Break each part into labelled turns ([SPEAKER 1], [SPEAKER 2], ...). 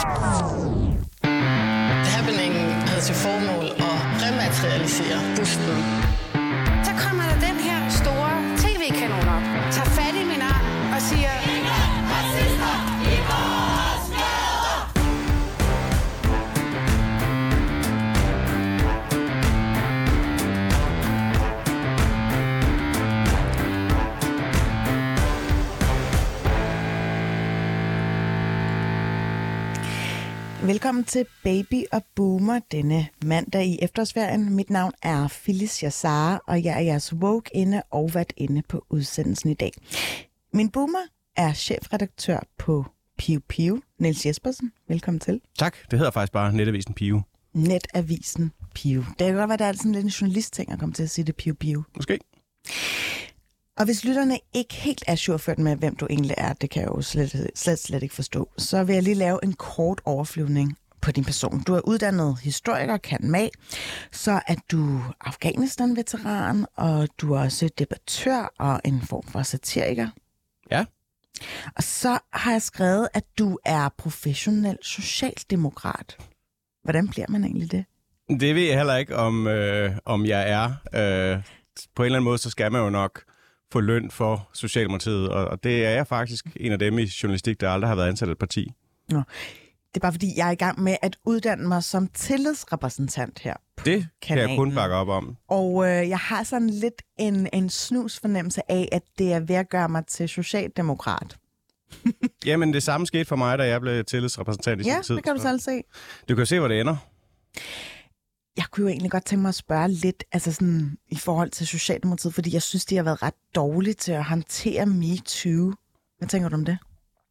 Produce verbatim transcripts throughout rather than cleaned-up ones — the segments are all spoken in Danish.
[SPEAKER 1] Happeningen havde til formål at rematerialisere busten.
[SPEAKER 2] Så kommer der den her store tv-kanon op, tager fat i min arm og siger... Racister i vores gader!
[SPEAKER 3] Velkommen til Baby og Boomer denne mandag i efterårsferien. Mit navn er Phyllis Jassara, og jeg er jeres woke-inde og vært-inde på udsendelsen i dag. Min boomer er chefredaktør på Piu Piu, Niels Jespersen. Velkommen til.
[SPEAKER 4] Tak. Det hedder faktisk bare Netavisen Piu.
[SPEAKER 3] Netavisen Piu. Det kan godt være, der er sådan lidt en journalist-ting at komme til at sige det Piu Piu.
[SPEAKER 4] Måske.
[SPEAKER 3] Og hvis lytterne ikke helt er surført med, hvem du egentlig er, det kan jeg jo slet, slet, slet ikke forstå, så vil jeg lige lave en kort overflyvning på din person. Du er uddannet historiker, kan mag, så er du Afghanistan-veteran, og du er også debattør og en form for satiriker.
[SPEAKER 4] Ja.
[SPEAKER 3] Og så har jeg skrevet, at du er professionel socialdemokrat. Hvordan bliver man egentlig det?
[SPEAKER 4] Det ved jeg heller ikke, om, øh, om jeg er. Øh, på en eller anden måde, så skal man jo nok få løn for Socialdemokratiet, og, og det er jeg faktisk en af dem i journalistik, der aldrig har været ansat et parti.
[SPEAKER 3] Nå. Det er bare fordi, jeg er i gang med at uddanne mig som tillidsrepræsentant her på
[SPEAKER 4] Det kan
[SPEAKER 3] kanalen.
[SPEAKER 4] jeg kun bakke op om.
[SPEAKER 3] Og øh, jeg har sådan lidt en, en snus fornemmelse af, at det er ved at gøre mig til socialdemokrat.
[SPEAKER 4] Jamen, det samme skete for mig, da jeg blev tillidsrepræsentant i
[SPEAKER 3] Ja,
[SPEAKER 4] sin tid.
[SPEAKER 3] det kan du selv se.
[SPEAKER 4] Du kan jo se, hvor det ender.
[SPEAKER 3] Jeg kunne jo egentlig godt tænke mig at spørge lidt altså sådan, i forhold til Socialdemokratiet, fordi jeg synes, de har været ret dårlige til at håndtere MeToo. Hvad tænker du om det?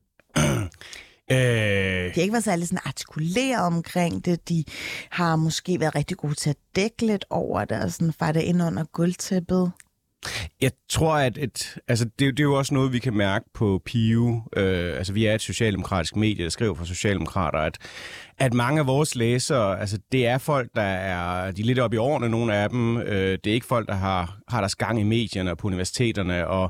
[SPEAKER 4] Øh...
[SPEAKER 3] De har ikke været særlig sådan artikuleret omkring det. De har måske været rigtig gode til at dække lidt over det og sådan fejre det ind under gulvtæppet.
[SPEAKER 4] Jeg tror, at et, altså det, det er jo også noget, vi kan mærke på Piu. Øh, altså, vi er et socialdemokratisk medie, der skriver for socialdemokrater, at, at mange af vores læsere, altså, det er folk, der er, de er lidt oppe i årene, nogle af dem. Øh, det er ikke folk, der har, har deres gang i medierne og på universiteterne, og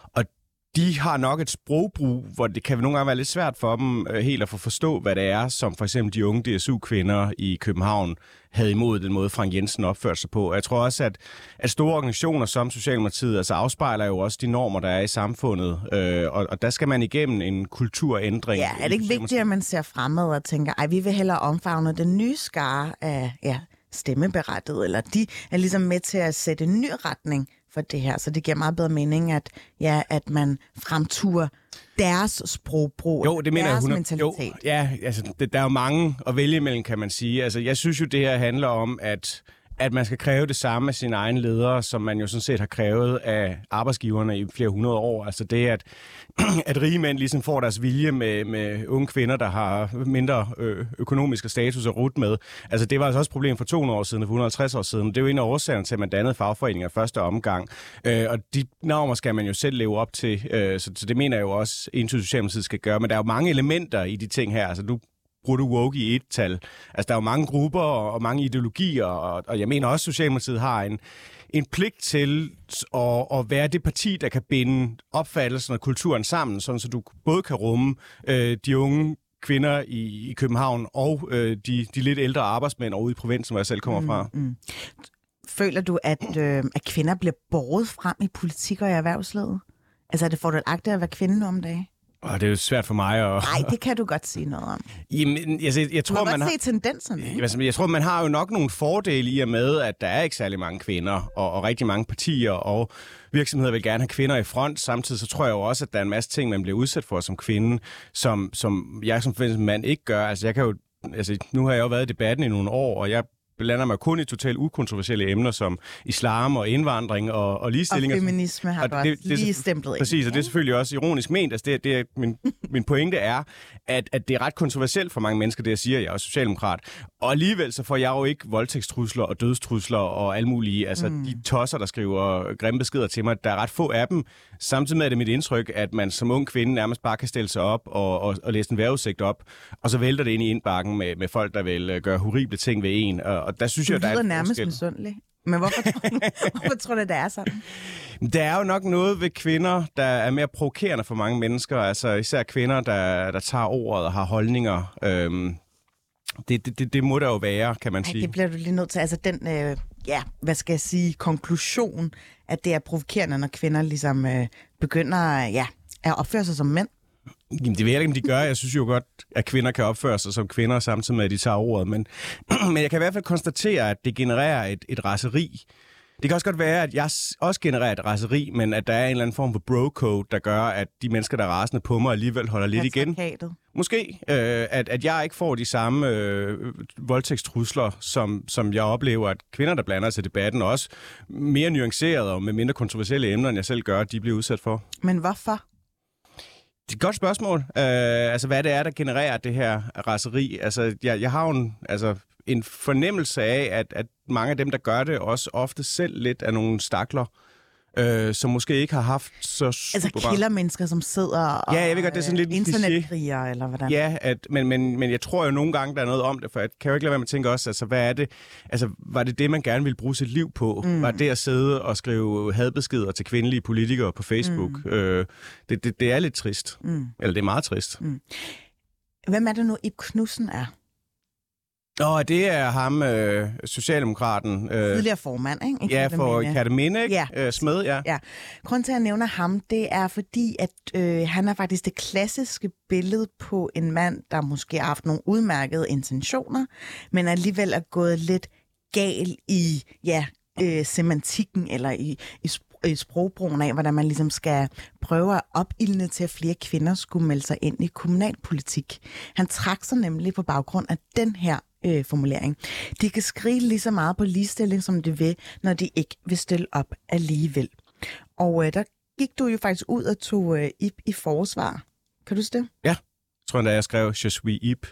[SPEAKER 4] de har nok et sprogbrug, hvor det kan nogle gange være lidt svært for dem øh, helt at få forstå, hvad det er, som for eksempel de unge D S U-kvinder i København havde imod den måde, Frank Jensen opførte sig på. Og jeg tror også, at, at store organisationer som Socialdemokratiet altså afspejler jo også de normer, der er i samfundet. Øh, og, og der skal man igennem en kulturændring.
[SPEAKER 3] Ja, er det ikke vigtigt, at man ser fremad og tænker, ej, vi vil hellere omfavne den nye skare af ja, stemmeberettigede, eller de er ligesom med til at sætte en ny retning for det her, så det giver meget bedre mening, at, ja, at man fremturer deres sprogbrug,
[SPEAKER 4] jo, det mener
[SPEAKER 3] deres
[SPEAKER 4] jeg,
[SPEAKER 3] mentalitet.
[SPEAKER 4] Jo, ja, altså, det, der er jo mange at vælge imellem, kan man sige. Altså, jeg synes jo, det her handler om, at at man skal kræve det samme af sine egne ledere, som man jo sådan set har krævet af arbejdsgiverne i flere hundrede år. Altså det, at, at rige mænd ligesom får deres vilje med, med unge kvinder, der har mindre ø- økonomiske status at rute med. Altså det var altså også et problem for to hundrede år siden og for et hundrede og halvtreds år siden. Det er jo en af årsagerne til, at man dannede fagforeninger i første omgang. Øh, og de normer skal man jo selv leve op til. Øh, så, så det mener jeg jo også, at Socialdemokratiet skal gøre. Men der er jo mange elementer i de ting her. Altså du bruger du woke i et tal. Altså, der er jo mange grupper og, og mange ideologier, og, og jeg mener også, at Socialdemokratiet har en, en pligt til at, at være det parti, der kan binde opfattelsen og kulturen sammen, sådan så du både kan rumme øh, de unge kvinder i, i København og øh, de, de lidt ældre arbejdsmænd over i provinsen, hvor jeg selv kommer fra.
[SPEAKER 3] Mm, mm. Føler du, at, øh, at kvinder bliver båret frem i politik og i erhvervslivet? Altså, er det fordelagtigt at være kvinde nu om dagen?
[SPEAKER 4] Oh, det er jo svært for mig at...
[SPEAKER 3] Nej, det kan du godt sige noget om.
[SPEAKER 4] Jamen, jeg, jeg, jeg tror,
[SPEAKER 3] du kan
[SPEAKER 4] man
[SPEAKER 3] godt
[SPEAKER 4] har...
[SPEAKER 3] se tendenserne.
[SPEAKER 4] Jeg, jeg tror, man har jo nok nogle fordele i og med, at der er ikke særlig mange kvinder, og, og rigtig mange partier, og virksomheder vil gerne have kvinder i front. Samtidig så tror jeg jo også, at der er en masse ting, man bliver udsat for som kvinde, som, som jeg som mand ikke gør. Altså, jeg kan jo... Altså, nu har jeg jo været i debatten i nogle år, og jeg blander mig kun i totalt ukontroversielle emner som islam og indvandring og, og ligestilling.
[SPEAKER 3] Og feminisme har
[SPEAKER 4] og
[SPEAKER 3] du
[SPEAKER 4] det,
[SPEAKER 3] også
[SPEAKER 4] det,
[SPEAKER 3] lige stemplet ind.
[SPEAKER 4] Præcis, og det er selvfølgelig også ironisk ment. Altså det, det er, min, min pointe er, at, at det er ret kontroversielt for mange mennesker, det jeg siger, jeg er også socialdemokrat. Og alligevel så får jeg jo ikke voldtægtstrusler og dødstrusler og alle mulige, altså mm. de tosser, der skriver grimme beskeder til mig, der er ret få af dem. Samtidig med er det mit indtryk, at man som ung kvinde nærmest bare kan stille sig op og, og, og læse en vejrudsigt op, og så vælter det ind i indbakken med, med folk, der vil gøre horrible ting ved en. Og, og der synes
[SPEAKER 3] du
[SPEAKER 4] jeg, der er
[SPEAKER 3] nærmest
[SPEAKER 4] forskel.
[SPEAKER 3] misundelig. Men hvorfor tror du, hvorfor tror du, det er sådan?
[SPEAKER 4] Der er jo nok noget ved kvinder, der er mere provokerende for mange mennesker. Altså især kvinder, der, der tager ordet og har holdninger. Øhm, det, det, det må der jo være, kan man
[SPEAKER 3] Ej,
[SPEAKER 4] sige.
[SPEAKER 3] det bliver du lige nødt til. Altså den, øh, ja, hvad skal jeg sige, konklusion, at det er provokerende, når kvinder ligesom øh, begynder ja, at opføre sig som mænd.
[SPEAKER 4] Jamen, det ved jeg ikke, om de gør. Jeg synes jo godt, at kvinder kan opføre sig som kvinder, samtidig med, at de tager ordet. Men, men jeg kan i hvert fald konstatere, at det genererer et, et raseri. Det kan også godt være, at jeg også genererer et raseri, men at der er en eller anden form for bro-code, der gør, at de mennesker, der er rasende på mig, alligevel holder lidt igen. Måske, øh, at, at jeg ikke får de samme øh, voldtægtstrusler, som, som jeg oplever, at kvinder, der blander sig i debatten, også mere nuancerede og med mindre kontroversielle emner, end jeg selv gør, de bliver udsat for.
[SPEAKER 3] Men hvorfor?
[SPEAKER 4] Det er et godt spørgsmål. Øh, altså, hvad det er, der genererer det her raseri? Altså, jeg, jeg har jo en, altså, en fornemmelse af, at, at mange af dem, der gør det, også ofte selv lidt af nogle stakler, øh, som måske ikke har haft så super...
[SPEAKER 3] Altså killermennesker, som sidder og...
[SPEAKER 4] Ja, jeg ved godt, det er sådan lidt
[SPEAKER 3] internetkriger, eller hvordan?
[SPEAKER 4] Ja, at, men, men, men jeg tror jo nogle gange, der er noget om det, for jeg kan jo ikke lade være med at tænke også, altså, hvad er det? Altså, var det det, man gerne ville bruge sit liv på? Mm. Var det at sidde og skrive hadbeskeder til kvindelige politikere på Facebook? Mm. Øh, det, det, det er lidt trist. Mm. Eller det er meget trist. Mm.
[SPEAKER 3] Hvem er det nu, Ib Knudsen er?
[SPEAKER 4] Åh, det er ham, øh, socialdemokraten. Øh,
[SPEAKER 3] Tidligere formand, ikke?
[SPEAKER 4] Ja, for Kerteminde, ikke?
[SPEAKER 3] Ja.
[SPEAKER 4] Øh, Smed, ja.
[SPEAKER 3] ja. Grunden til, at jeg nævner ham, det er fordi, at øh, han er faktisk det klassiske billede på en mand, der måske har haft nogle udmærkede intentioner, men alligevel er gået lidt gal i ja, øh, semantikken eller i, i i sprogbrugen af, hvordan man ligesom skal prøve at opildne til, at flere kvinder skulle melde sig ind i kommunalpolitik. Han trak sig nemlig på baggrund af den her øh, formulering. De kan skrige lige så meget på ligestilling, som de vil, når de ikke vil stille op alligevel. Og øh, der gik du jo faktisk ud og tog øh, Ib i forsvar. Kan du huske det?
[SPEAKER 4] Ja, jeg tror endda, jeg skrev Je suis Ib.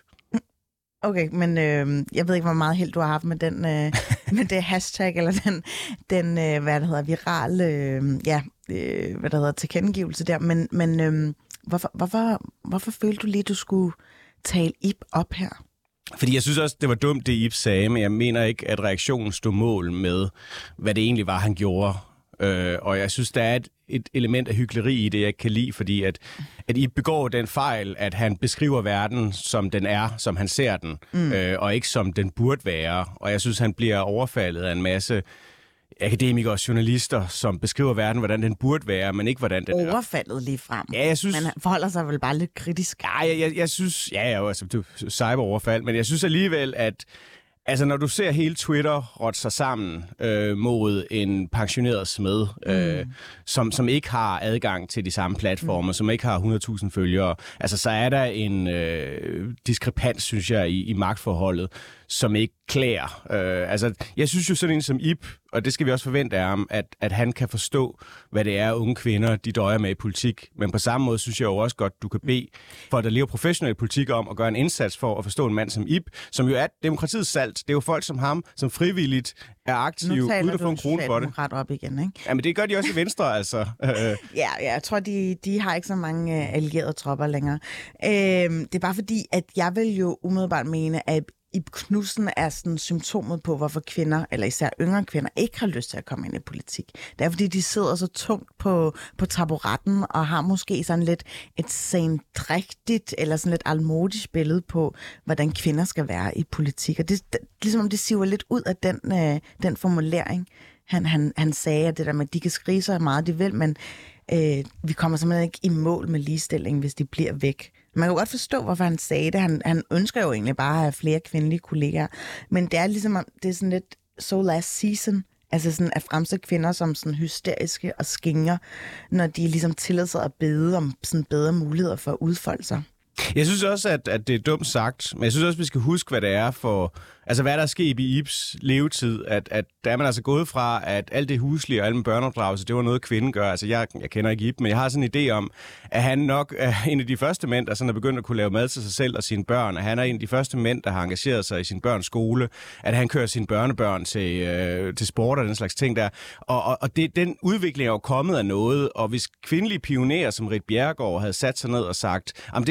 [SPEAKER 3] Okay, men øh, jeg ved ikke, hvor meget held du har haft med den øh, med det hashtag, eller den, den øh, hvad det hedder, virale øh, ja, øh, hvad det hedder, tilkendegivelse der. Men, men øh, hvorfor, hvorfor, hvorfor følte du lige, at du skulle tale Ib op her?
[SPEAKER 4] Fordi jeg synes også, det var dumt, det Ib sagde, men jeg mener ikke, at reaktionen stod mål med, hvad det egentlig var, han gjorde. Øh, og jeg synes, der er et, et element af hykleri i det, jeg ikke kan lide, fordi at, at I begår den fejl, at han beskriver verden, som den er, som han ser den, mm. øh, og ikke som den burde være. Og jeg synes, han bliver overfaldet af en masse akademikere og journalister, som beskriver verden, hvordan den burde være, men ikke hvordan den
[SPEAKER 3] overfaldet
[SPEAKER 4] er.
[SPEAKER 3] Overfaldet lige frem.
[SPEAKER 4] Ja, jeg synes...
[SPEAKER 3] Men han forholder sig vel bare lidt kritisk.
[SPEAKER 4] Ja, jeg, jeg, jeg synes... Ja, ja, altså, du cyberoverfald, men jeg synes alligevel, at altså, når du ser hele Twitter rotte sig sammen øh, mod en pensioneret smed, øh, mm. som, som ikke har adgang til de samme platforme, mm. som ikke har hundrede tusind følgere, altså, så er der en øh, diskrepans, synes jeg, i, i magtforholdet, som ikke klæder. Øh, altså, jeg synes jo sådan en som Ib, og det skal vi også forvente af ham, at, at han kan forstå, hvad det er, unge kvinder, de døjer med i politik. Men på samme måde synes jeg jo også godt, du kan bede for, der lever professionelle politik om at gøre en indsats for at forstå en mand som Ib, som jo er demokratiets salt. Det er jo folk som ham, som frivilligt er aktive, uden at få en krone for det.
[SPEAKER 3] Ret op igen, ikke?
[SPEAKER 4] Ja, men det gør de også i Venstre, altså.
[SPEAKER 3] ja, ja, jeg tror, de, de har ikke så mange uh, allierede tropper længere. Uh, det er bare fordi, at jeg vil jo umiddelbart mene, at Ib Knudsen er sådan symptomet på, hvorfor kvinder, eller især yngre kvinder, ikke har lyst til at komme ind i politik. Det er, fordi de sidder så tungt på, på taburetten, og har måske sådan lidt et sendrægtigt, eller sådan lidt almodisk billede på, hvordan kvinder skal være i politik. Og det er ligesom, om det siver lidt ud af den, øh, den formulering. Han, han, han sagde, at det der med, at de kan skrige så meget, de vil, men øh, vi kommer simpelthen ikke i mål med ligestilling, hvis de bliver væk. Man kan godt forstå, hvorfor han sagde det. Han, han ønsker jo egentlig bare at have flere kvindelige kollegaer. Men det er ligesom, det er sådan lidt so last season. Altså sådan at fremstille kvinder som sådan hysteriske og skingre, når de ligesom tillader sig at bede om sådan bedre muligheder for at udfolde sig.
[SPEAKER 4] Jeg synes også, at, at det er dumt sagt, men jeg synes også, at vi skal huske, hvad det er for... Altså, hvad der er sket i Ibs levetid, at, at der er man altså gået fra, at alt det huslige og alt med børneopdragelse, det var noget, kvinden gør. Altså, jeg, jeg kender ikke Ib, men jeg har sådan en idé om, at han nok er en af de første mænd, der sådan er begyndt at kunne lave mad til sig selv og sine børn. At han er en af de første mænd, der har engageret sig i sin børns skole. At han kører sine børnebørn til, øh, til sport og den slags ting der. Og, og, og det, den udvikling er jo kommet af noget, og hvis kvindelige pionerer som Ritt Bjerregaard havde sat sig ned og sagt, at det er simpelthen for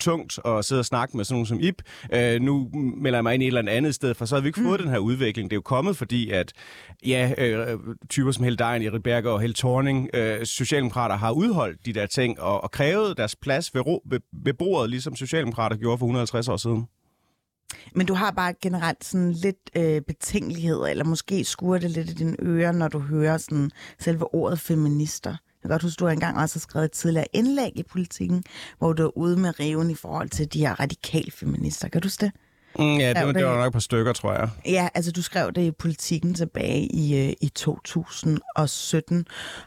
[SPEAKER 4] tungt at sidde og snakke med sådan nogen som Ib. Øh, nu melder jeg mig ind i et eller andet sted, for så havde vi ikke fået mm. den her udvikling. Det er jo kommet, fordi at ja, øh, typer som Helle Dejen, Erik Berger og Helle Thorning, øh, socialdemokrater har udholdt de der ting og, og krævet deres plads ved, ro, ved, ved bordet, ligesom socialdemokrater gjorde for et hundrede og halvtreds år siden.
[SPEAKER 3] Men du har bare generelt sådan lidt øh, betænkeligheder, eller måske skuer det lidt i dine ører, når du hører sådan selve ordet feminister. Jeg kan godt huske, du har engang også skrevet et tidligere indlæg i Politikken, hvor du er ude med riven i forhold til de her radikale feminister. Kan du huske det?
[SPEAKER 4] Mm, ja, det var, det var nok et par stykker, tror jeg.
[SPEAKER 3] Ja, altså du skrev det i Politikken tilbage i, øh, i to tusind og sytten.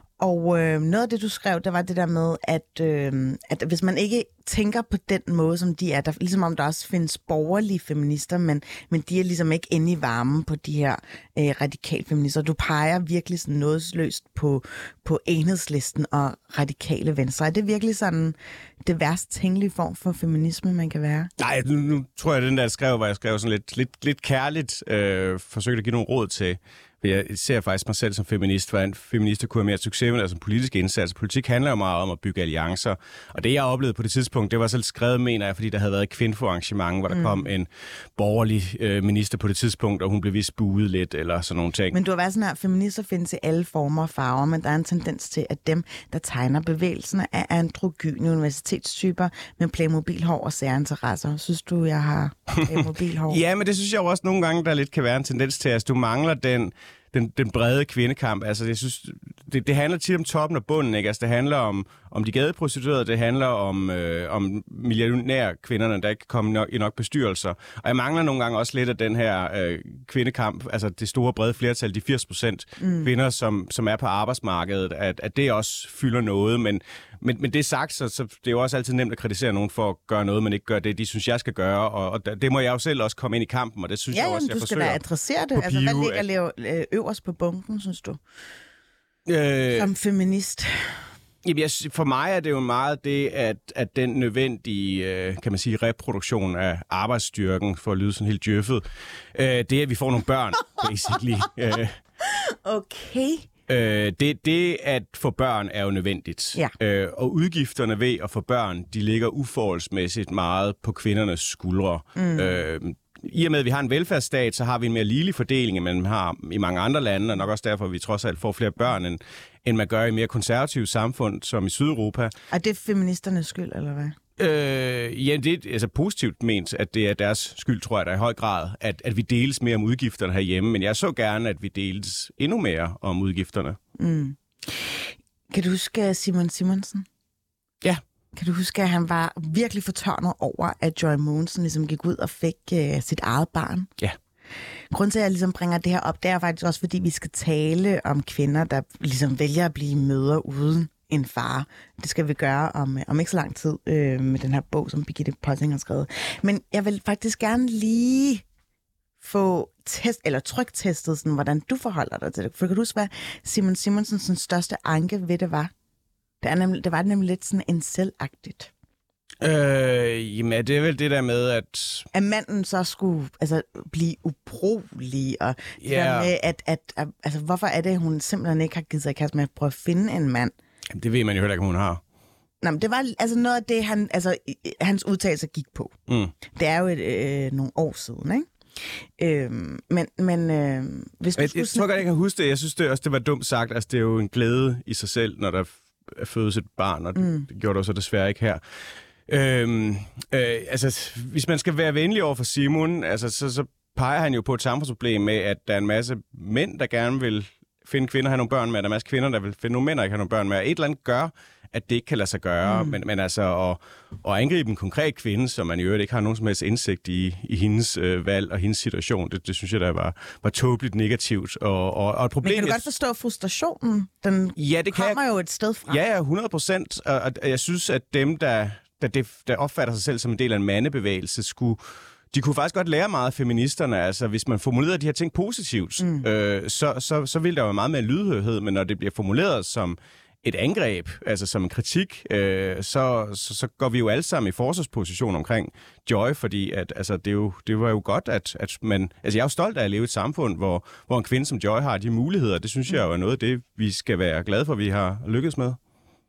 [SPEAKER 3] Og øh, noget af det, du skrev, der var det der med, at, øh, at hvis man ikke tænker på den måde, som de er, der, ligesom om der også findes borgerlige feminister, men, men de er ligesom ikke inde i varmen på de her øh, radikale feminister. Du peger virkelig sådan nådesløst på, på Enhedslisten og radikale venstre. Er det virkelig sådan det værst tænkelige form for feminisme, man kan være?
[SPEAKER 4] Nej, nu, nu tror jeg, at den der skrev, hvor jeg skrev sådan lidt, lidt, lidt kærligt, øh, forsøgte at give nogle råd til. Jeg ser faktisk mig selv som feminist, for en feminist kunne have mere succes med altså politisk indsats. Politik handler jo meget om at bygge alliancer. Og det, jeg oplevede på det tidspunkt, det var selv skrevet, mener jeg, fordi der havde været et kvindeforarrangement, hvor der mm. kom en borgerlig øh, minister på det tidspunkt, og hun blev vist buet lidt, eller sådan nogle ting.
[SPEAKER 3] Men du har været sådan her, feminister findes i alle former og farver, men der er en tendens til, at dem, der tegner bevægelsen, er androgyne universitetstyper med Playmobil-hår og særinteresser. Synes du, jeg har Playmobil-hår?
[SPEAKER 4] Ja, men det synes jeg jo også nogle gange, der lidt kan være en tendens til, at altså, du mangler den Den, den brede kvindekamp. Altså, jeg synes, det, det handler tit om toppen og bunden, ikke? Altså, det handler om, om de gadeprostituerede, det handler om, øh, om millionære kvinderne, der ikke kommer nok, i nok bestyrelser. Og jeg mangler nogle gange også lidt af den her øh, kvindekamp, altså det store brede flertal, de firs procent mm. kvinder, som, som er på arbejdsmarkedet, at, at det også fylder noget. Men, men, men det sagt, så, så det er jo også altid nemt at kritisere nogen for at gøre noget, men ikke gøre det, de synes, jeg skal gøre. Og, og det må jeg jo selv også komme ind i kampen, og det synes
[SPEAKER 3] ja,
[SPEAKER 4] jeg også,
[SPEAKER 3] jamen,
[SPEAKER 4] jeg forsøger.
[SPEAKER 3] Ja, du skal da adressere det. Altså, hvad ligger lave, øh, øverst på bunken, synes du? Øh, Som feminist.
[SPEAKER 4] Jamen, jeg, for mig er det jo meget det, at, at den nødvendige, kan man sige, reproduktion af arbejdsstyrken, for at lyde sådan helt djøffet, det er, at vi får nogle børn, basically.
[SPEAKER 3] Okay.
[SPEAKER 4] Øh, det, det at få børn er jo nødvendigt.
[SPEAKER 3] Ja.
[SPEAKER 4] Øh, og udgifterne ved at få børn, de ligger uforholdsmæssigt meget på kvindernes skuldre. Mm. Øh, I og med, at vi har en velfærdsstat, så har vi en mere ligelig fordeling, end man har i mange andre lande, og nok også derfor, at vi trods alt får flere børn, end, end man gør i mere konservative samfund, som i Sydeuropa.
[SPEAKER 3] Er det feministernes skyld, eller hvad?
[SPEAKER 4] Øh, ja, det er altså positivt ment, at det er deres skyld, tror jeg, der i høj grad, at, at vi deles mere om udgifterne herhjemme, men jeg så gerne, at vi deles endnu mere om udgifterne. Mm.
[SPEAKER 3] Kan du huske Simon Simonsen?
[SPEAKER 4] Ja.
[SPEAKER 3] Kan du huske, at han var virkelig fortørnet over, at Joy Mogensen ligesom gik ud og fik uh, sit eget barn?
[SPEAKER 4] Ja.
[SPEAKER 3] Grunden til, at jeg ligesom bringer det her op, det er faktisk også, fordi vi skal tale om kvinder, der ligesom vælger at blive mødre uden en far. Det skal vi gøre om, om ikke så lang tid øh, med den her bog, som Birgitte Possing har skrevet. Men jeg vil faktisk gerne lige få test, eller tryktestet, sådan, hvordan du forholder dig til det. For kan du huske, hvad Simon Simonsens største anke ved det var? Det, er nemlig, det var nemlig lidt sådan en selvagtigt.
[SPEAKER 4] Øh, jamen, det er vel det der med, at...
[SPEAKER 3] At manden så skulle altså, blive ubrugelig, og det
[SPEAKER 4] yeah.
[SPEAKER 3] der med, at, at, at altså, hvorfor er det, at hun simpelthen ikke har givet sig i kast med at prøve at finde en mand?
[SPEAKER 4] Jamen, det ved man jo heller ikke, om hun har.
[SPEAKER 3] Nå, men det var altså noget af det, han, altså, hans udtalelser gik på. Mm. Det er jo et, øh, nogle år siden, ikke? Øhm, men men øh, hvis du
[SPEAKER 4] jeg,
[SPEAKER 3] skulle...
[SPEAKER 4] Jeg tror godt, jeg kan huske det. Jeg synes det også, det var dumt sagt. Altså, det er jo en glæde i sig selv, når der fødes et barn, og mm. det gjorde det så desværre ikke her. Øhm, øh, altså, hvis man skal være venlig over for Simon, altså, så, så peger han jo på et samfundsproblem med, at der er en masse mænd, der gerne vil finde kvinder og have nogle børn med, og der er en masse kvinder, der vil finde nogle mænd og ikke have nogle børn med, og et eller andet gør, at det ikke kan lade sig gøre, mm. men, men altså at, at angribe en konkret kvinde, som man i øvrigt ikke har nogen som helst indsigt i, i hendes øh, valg og hendes situation, det, det synes jeg, der var, var tåbeligt negativt. Og, og, og et problem,
[SPEAKER 3] men kan du godt forstå frustrationen? Den
[SPEAKER 4] ja, det
[SPEAKER 3] kommer
[SPEAKER 4] kan,
[SPEAKER 3] jo et sted fra.
[SPEAKER 4] Ja, hundrede procent, og, og jeg synes, at dem, der, der, der opfatter sig selv som en del af en mandebevægelse, skulle... De kunne faktisk godt lære meget af feministerne, altså hvis man formulerer de her ting positivt, mm. øh, så, så, så vil der jo være meget mere lydhørhed, men når det bliver formuleret som et angreb, altså som en kritik, øh, så, så, så går vi jo alle sammen i forsvarsposition omkring Joy, fordi at, altså, det, er jo, det var jo godt, at, at man... Altså jeg er jo stolt af at leve i et samfund, hvor, hvor en kvinde som Joy har de muligheder. Det synes jeg jo er noget af det, vi skal være glade for, at vi har lykkes med.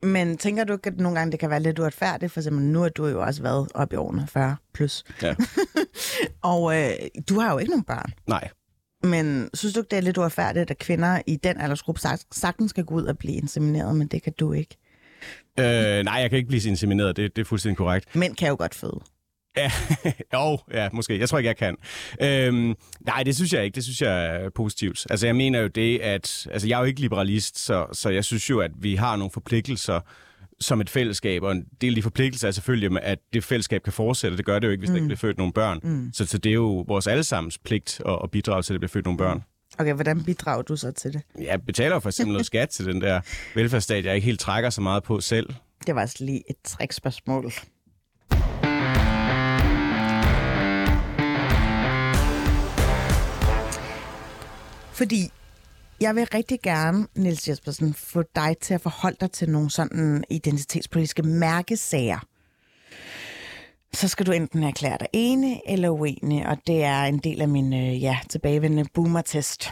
[SPEAKER 3] Men tænker du ikke, at nogle gange det kan være lidt uretfærdigt? For eksempel, nu har du jo også været op i årene fyrre plus.
[SPEAKER 4] Ja.
[SPEAKER 3] Og øh, du har jo ikke nogen børn.
[SPEAKER 4] Nej.
[SPEAKER 3] Men synes du ikke, det er lidt uretfærdigt, at kvinder i den aldersgruppe sagtens skal gå ud og blive insemineret, men det kan du ikke?
[SPEAKER 4] Øh, nej, jeg kan ikke blive insemineret, det, det er fuldstændig korrekt.
[SPEAKER 3] Mænd kan jo godt føde.
[SPEAKER 4] Ja, jo, ja, måske. Jeg tror ikke, jeg kan. Øhm, nej, det synes jeg ikke. Det synes jeg er positivt. Altså, jeg mener jo det, at... Altså, jeg er jo ikke liberalist, så, så jeg synes jo, at vi har nogle forpligtelser som et fællesskab, og en del af de forpligtelser er selvfølgelig, at det fællesskab kan fortsætte. Det gør det jo ikke, hvis mm. der ikke bliver født nogle børn. Mm. Så, så det er jo vores allesammens pligt at, at bidrage til, at der bliver født nogle børn.
[SPEAKER 3] Okay, hvordan bidrager du så til det?
[SPEAKER 4] Jeg betaler jo for eksempel noget skat til den der velfærdsstat, jeg ikke helt trækker så meget på selv.
[SPEAKER 3] Det var altså lige et trickspørgsmål. Fordi jeg vil rigtig gerne, Niels Jespersen, få dig til at forholde dig til nogle sådan identitetspolitiske mærkesager. Så skal du enten erklære dig enig eller uenig, og det er en del af min øh, ja, tilbagevendende boomer-test.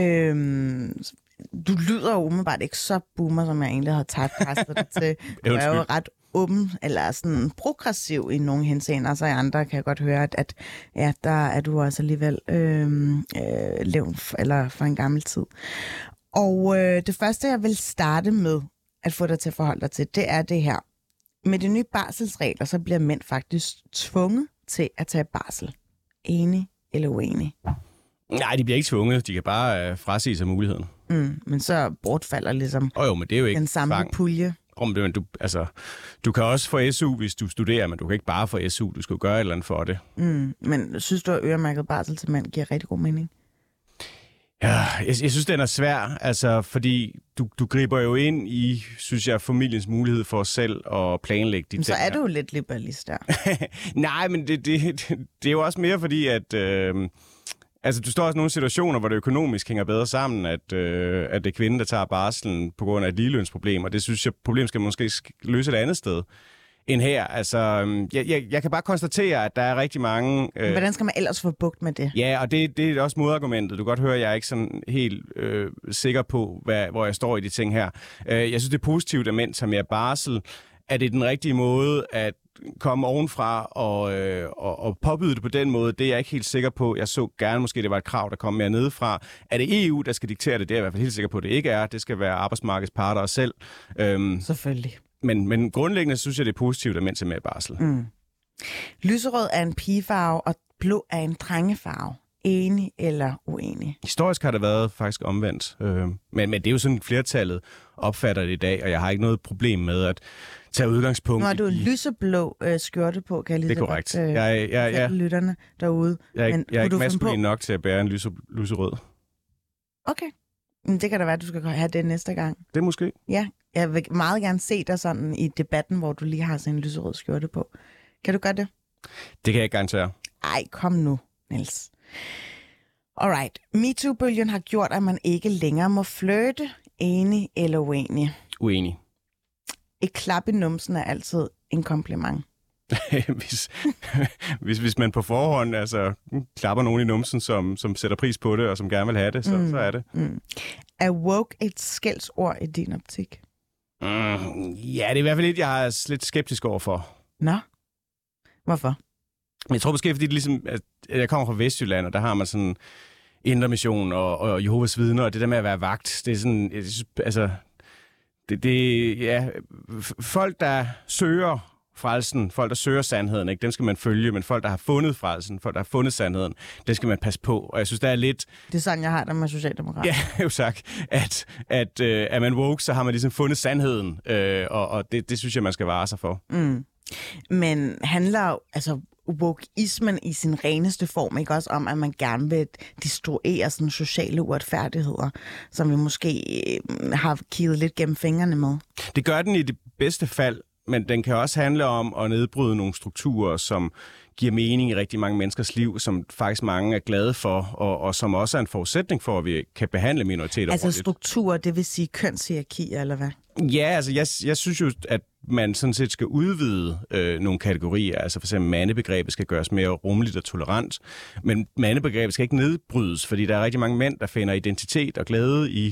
[SPEAKER 3] Øhm, du lyder jo umiddelbart ikke så boomer, som jeg egentlig havde typecastet dig til. Du er jo ret åben eller sådan progressiv i nogle henseender, så i andre kan jeg godt høre, at, at ja, der er du også alligevel øh, øh, levn eller for en gammel tid. Og øh, det første, jeg vil starte med at få dig til at forholde dig til, det er det her. Med de nye barselsregler, så bliver mænd faktisk tvunget til at tage barsel. Enig eller uenig?
[SPEAKER 4] Nej, de bliver ikke tvunget. De kan bare øh, frasige sig muligheden.
[SPEAKER 3] Mm, men så bortfalder ligesom
[SPEAKER 4] oh, jo, men det er jo ikke
[SPEAKER 3] den samme
[SPEAKER 4] tvang.
[SPEAKER 3] pulje.
[SPEAKER 4] Om det, men du, altså, du kan også få S U, hvis du studerer, men du kan ikke bare få S U. Du skal jo gøre et eller andet for det.
[SPEAKER 3] Mm, men synes du, at øremærket barsel til mænd giver rigtig god mening?
[SPEAKER 4] Ja, jeg, jeg synes, den er svær, altså, fordi du, du griber jo ind i, synes jeg, familiens mulighed for selv at planlægge de ting.
[SPEAKER 3] Så er du jo lidt liberalist der.
[SPEAKER 4] Nej, men det, det, det, det er jo også mere fordi, at... Øh, Altså, du står også i nogle situationer, hvor det økonomisk hænger bedre sammen, at, øh, at det er kvinden, der tager barslen på grund af et ligelønsproblem, og det synes jeg, problemet skal måske løse et andet sted end her. Altså, jeg, jeg, jeg kan bare konstatere, at der er rigtig mange...
[SPEAKER 3] Øh... Hvordan skal man ellers få bugt med det?
[SPEAKER 4] Ja, og det, det er også modargumentet. Du kan godt høre, at jeg er ikke sådan helt øh, sikker på, hvad, hvor jeg står i de ting her. Øh, jeg synes, det er positivt, at mænd tager mere barsel. Er det den rigtige måde at komme ovenfra og, øh, og, og påbyde det på den måde, det er jeg ikke helt sikker på. Jeg så gerne måske, det var et krav, der kom mere nedefra. Er det E U, der skal diktere det? Det er jeg i hvert fald helt sikker på, at det ikke er. Det skal være arbejdsmarkedets parter og selv. Øhm,
[SPEAKER 3] Selvfølgelig.
[SPEAKER 4] Men, men grundlæggende synes jeg, det er positivt, at mænd tager mere barsel.
[SPEAKER 3] Mm. Lyserød er en pigefarve, og blå er en drengefarve. Enig eller uenig?
[SPEAKER 4] Historisk har det været faktisk omvendt. Øh, men, men det er jo sådan, flertallet opfatter det i dag, og jeg har ikke noget problem med at tage udgangspunkt.
[SPEAKER 3] Nu har du en
[SPEAKER 4] i...
[SPEAKER 3] lyseblå øh, skjorte på, kan jeg lige
[SPEAKER 4] det er korrekt.
[SPEAKER 3] Godt, øh,
[SPEAKER 4] jeg, jeg, jeg,
[SPEAKER 3] lytterne derude.
[SPEAKER 4] Jeg er ikke,
[SPEAKER 3] men,
[SPEAKER 4] jeg er ikke maskulin
[SPEAKER 3] på...
[SPEAKER 4] nok til at bære en lyse, lyserød.
[SPEAKER 3] Okay. Men det kan da være, at du skal have det næste gang.
[SPEAKER 4] Det måske.
[SPEAKER 3] Ja, jeg vil meget gerne se dig sådan i debatten, hvor du lige har sådan en lyserød skjorte på. Kan du gøre det?
[SPEAKER 4] Det kan jeg ikke garantere.
[SPEAKER 3] Ej, kom nu, Niels. Alright. MeToo-bølgen har gjort, at man ikke længere må flirte. Enig eller uenig?
[SPEAKER 4] Uenig.
[SPEAKER 3] Et klap i numsen er altid en kompliment.
[SPEAKER 4] hvis, hvis, hvis man på forhånd altså, klapper nogen i numsen, som, som sætter pris på det, og som gerne vil have det, så, mm. så er det. Mm.
[SPEAKER 3] Er woke et skældsord i din optik?
[SPEAKER 4] Mm, ja, det er i hvert fald lidt, jeg er lidt skeptisk overfor.
[SPEAKER 3] Nå? Hvorfor?
[SPEAKER 4] Jeg tror måske, fordi det ligesom, at jeg kommer fra Vestjylland, og der har man sådan Indre Mission og, og Jehovas vidner, og det der med at være vagt, det er sådan, jeg synes, altså, det, det, ja, folk, der søger frelsen, folk, der søger sandheden, ikke, dem skal man følge, men folk, der har fundet frelsen, folk, der har fundet sandheden, det skal man passe på, og jeg synes, der er lidt...
[SPEAKER 3] Det er sådan, jeg har det med socialdemokrater.
[SPEAKER 4] Ja, jo sagt, at, at øh, er man woke, så har man ligesom fundet sandheden, øh, og, og det, det synes jeg, man skal vare sig for.
[SPEAKER 3] Mm. Men handler jo, altså wokeismen i sin reneste form ikke også om, at man gerne vil destruere sådan sociale uretfærdigheder, som vi måske øh, har kigget lidt gennem fingrene med? Det
[SPEAKER 4] gør den i det bedste fald, men den kan også handle om at nedbryde nogle strukturer, som giver mening i rigtig mange menneskers liv, som faktisk mange er glade for, og, og som også er en forudsætning for, at vi kan behandle minoriteter
[SPEAKER 3] altså
[SPEAKER 4] ordentligt.
[SPEAKER 3] Strukturer, det vil sige kønshierarkier, eller hvad?
[SPEAKER 4] Ja, altså jeg, jeg synes jo, at man sådan set skal udvide øh, nogle kategorier. Altså for eksempel mandebegrebet skal gøres mere rummeligt og tolerant. Men mandebegrebet skal ikke nedbrydes, fordi der er rigtig mange mænd, der finder identitet og glæde i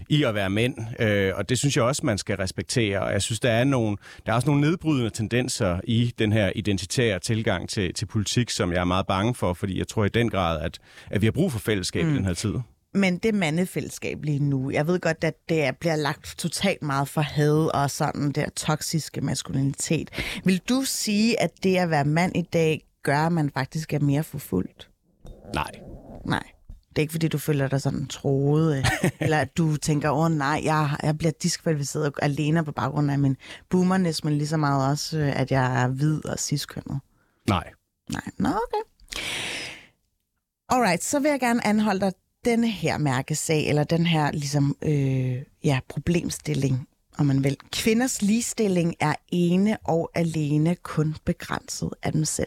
[SPEAKER 4] i at være mænd, øh, og det synes jeg også, man skal respektere. Og jeg synes, der er, nogle, der er også nogle nedbrydende tendenser i den her identitære tilgang til, til politik, som jeg er meget bange for, fordi jeg tror i den grad, at, at vi har brug for fællesskab mm. i den her tid.
[SPEAKER 3] Men det mandefællesskab lige nu, jeg ved godt, at det bliver lagt totalt meget for had og sådan der toksiske maskulinitet. Vil du sige, at det at være mand i dag gør, at man faktisk er mere forfulgt?
[SPEAKER 4] Nej.
[SPEAKER 3] Nej. Det er ikke, fordi du føler dig sådan troet, eller at du tænker, åh nej, jeg, jeg bliver diskvalificeret alene på baggrund af min boomernes, men lige så meget også, at jeg er hvid og ciskønnet.
[SPEAKER 4] Nej.
[SPEAKER 3] Nej, nå okay. Alright, så vil jeg gerne anholde dig denne her mærkesag, eller den her ligesom, øh, ja, problemstilling, om man vil. Kvinders ligestilling er ene og alene kun begrænset af dem selv.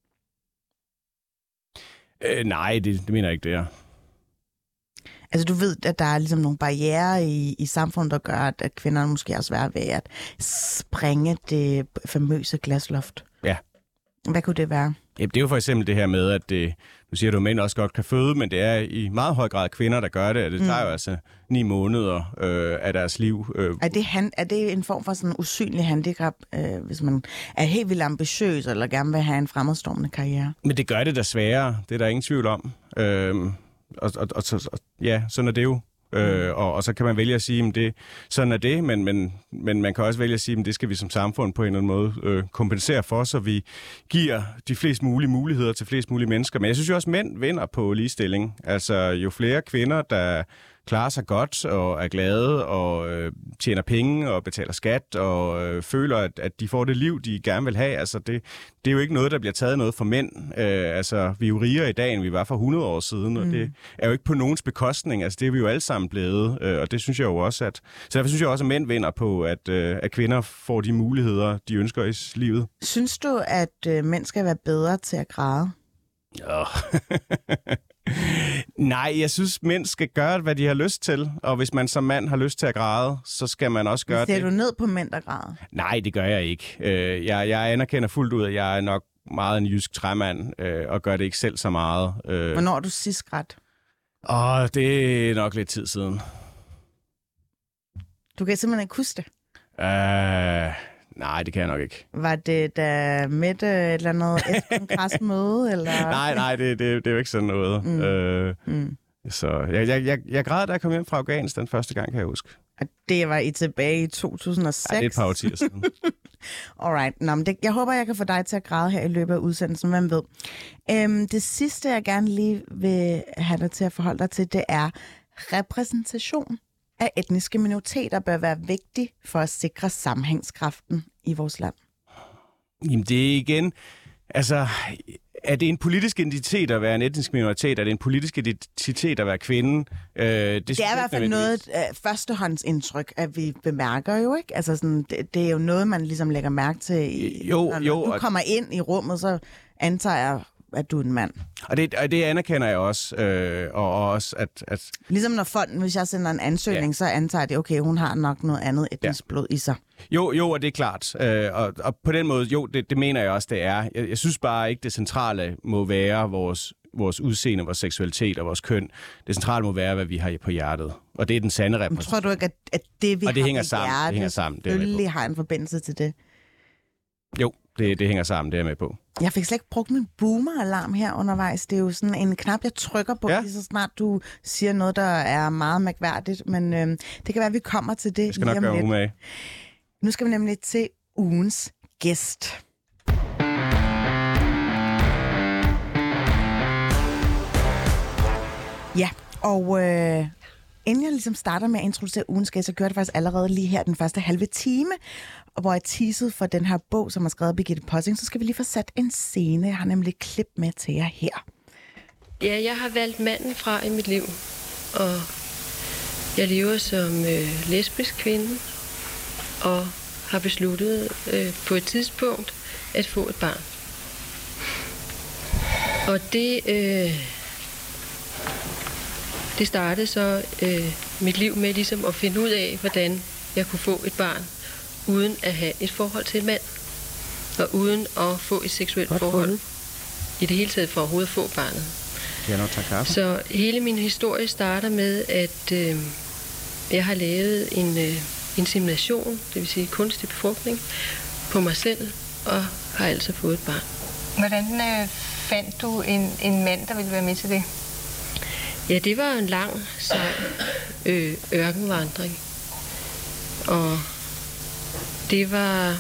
[SPEAKER 4] Øh, nej, det, det mener jeg ikke, det er.
[SPEAKER 3] Altså du ved, at der er ligesom nogle barrierer i, i samfundet, der gør, at, at kvinderne måske er svært ved at springe det famøse glasloft.
[SPEAKER 4] Ja.
[SPEAKER 3] Hvad kunne det være?
[SPEAKER 4] Ja, det er jo for eksempel det her med, at det, du siger, at mænd også godt kan føde, men det er i meget høj grad kvinder, der gør det, og det tager mm. jo altså ni måneder øh, af deres liv. Øh.
[SPEAKER 3] Er, det han, er det en form for sådan en usynlig handicap, øh, hvis man er helt vildt ambitiøs, eller gerne vil have en fremadstormende karriere?
[SPEAKER 4] Men det gør det da sværere, det er der ingen tvivl om. Øh, og, og, og, og ja, sådan er det jo. Øh, og, og så kan man vælge at sige, at det, sådan er det, men, men, men man kan også vælge at sige, at det skal vi som samfund på en eller anden måde øh, kompensere for, så vi giver de flest mulige muligheder til flest mulige mennesker. Men jeg synes jo også, at mænd vinder på ligestilling. Altså jo flere kvinder, der klarer sig godt og er glade og øh, tjener penge og betaler skat og øh, føler, at, at de får det liv, de gerne vil have. Altså det, det er jo ikke noget, der bliver taget noget for mænd. Øh, altså vi er jo rigere i dag, end vi var for hundrede år siden, og mm. det er jo ikke på nogens bekostning. Altså det er vi jo alle sammen blevet, øh, og det synes jeg jo også, at... Så derfor synes jeg også, at mænd vinder på, at, øh, at kvinder får de muligheder, de ønsker i livet.
[SPEAKER 3] Synes du, at øh, mænd skal være bedre til at græde?
[SPEAKER 4] Ja. Nej, jeg synes, mænd skal gøre, hvad de har lyst til. Og hvis man som mand har lyst til at græde, så skal man også gøre det.
[SPEAKER 3] Ser du ned på mænd, der græder?
[SPEAKER 4] Nej, det gør jeg ikke. Jeg, jeg anerkender fuldt ud, at jeg er nok meget en jysk træmand, og gør det ikke selv så meget.
[SPEAKER 3] Hvornår er du sidst grædt?
[SPEAKER 4] Åh, det er nok lidt tid siden.
[SPEAKER 3] Du kan simpelthen ikke huske det?
[SPEAKER 4] Uh... Nej, det kan jeg nok ikke.
[SPEAKER 3] Var det da Mette et eller andet kongresmøde? Eller?
[SPEAKER 4] nej, nej, det, det, det er jo ikke sådan noget. Mm. Øh, mm. Så jeg, jeg, jeg, jeg græd, da jeg kom hjem fra Afghanistan første gang, kan jeg huske.
[SPEAKER 3] Og det var I tilbage i to tusind og seks?
[SPEAKER 4] Ja, det er et par årtier siden.
[SPEAKER 3] Alright. Nå, men det, jeg håber, jeg kan få dig til at græde her i løbet af udsendelsen, hvem ved. Øhm, det sidste, jeg gerne lige vil have dig til at forholde dig til, det er repræsentation af etniske minoriteter bør være vigtig for at sikre sammenhængskraften i vores land?
[SPEAKER 4] Jamen det er igen, altså, er det en politisk identitet at være en etnisk minoritet? Er det en politisk identitet at være kvinde? Øh, det,
[SPEAKER 3] det er i hvert fald noget uh, førstehåndsindtryk, at vi bemærker jo, ikke? Altså sådan, det, det er jo noget, man ligesom lægger mærke til. I,
[SPEAKER 4] jo,
[SPEAKER 3] når, når
[SPEAKER 4] jo,
[SPEAKER 3] du kommer ind i rummet, så antager jeg, at du er en mand.
[SPEAKER 4] Og det, og det anerkender jeg også. Øh, og, og også at, at...
[SPEAKER 3] Ligesom når folk, hvis jeg sender en ansøgning, ja. Så antager det, okay, hun har nok noget andet etnisk ja. blod i sig.
[SPEAKER 4] Jo, jo, og det er klart. Øh, og, og på den måde, jo, det, det mener jeg også, det er. Jeg, jeg synes bare ikke, det centrale må være vores, vores udseende, vores seksualitet og vores køn. Det centrale må være, hvad vi har på hjertet. Og det er den sande repræsentation.
[SPEAKER 3] Men tror du ikke, at, at det, vi
[SPEAKER 4] og det
[SPEAKER 3] har
[SPEAKER 4] hænger
[SPEAKER 3] på
[SPEAKER 4] sammen.
[SPEAKER 3] hjertet,
[SPEAKER 4] det hænger sammen.
[SPEAKER 3] selvfølgelig har en forbindelse til det?
[SPEAKER 4] Jo, det, det hænger sammen, det er jeg med på.
[SPEAKER 3] Jeg fik slet ikke brugt min boomer-alarm her undervejs. Det er jo sådan en knap, jeg trykker på, ja. Lige så snart du siger noget, der er meget mærkværdigt. Men øh, det kan være, at vi kommer til det.
[SPEAKER 4] Jeg skal nok gøre umage.
[SPEAKER 3] Nu skal vi nemlig til ugens gæst. Ja, og øh, inden jeg ligesom starter med at introducere ugens gæst, så gør det faktisk allerede lige her den første halve time, og hvor jeg teasede for den her bog, som er skrevet af Birgitte Possing, så skal vi lige få sat en scene. Jeg har nemlig et klip med til jer her.
[SPEAKER 5] Ja, jeg har valgt manden fra i mit liv, og jeg lever som øh, lesbisk kvinde, og har besluttet øh, på et tidspunkt at få et barn. Og det, øh, det startede så øh, mit liv med ligesom at finde ud af, hvordan jeg kunne få et barn, uden at have et forhold til en mand, og uden at få et seksuelt Godt forhold. Fundet. I det hele taget for overhovedet at få barnet.
[SPEAKER 4] Ja, nok, tak,
[SPEAKER 5] så hele min historie starter med, at øh, jeg har lavet en øh, insemination, det vil sige kunstig befrugtning, på mig selv, og har altså fået et barn.
[SPEAKER 6] Hvordan øh, fandt du en, en mand, der ville være med til det?
[SPEAKER 5] Ja, det var en lang, sej øh, ørkenvandring. Og det var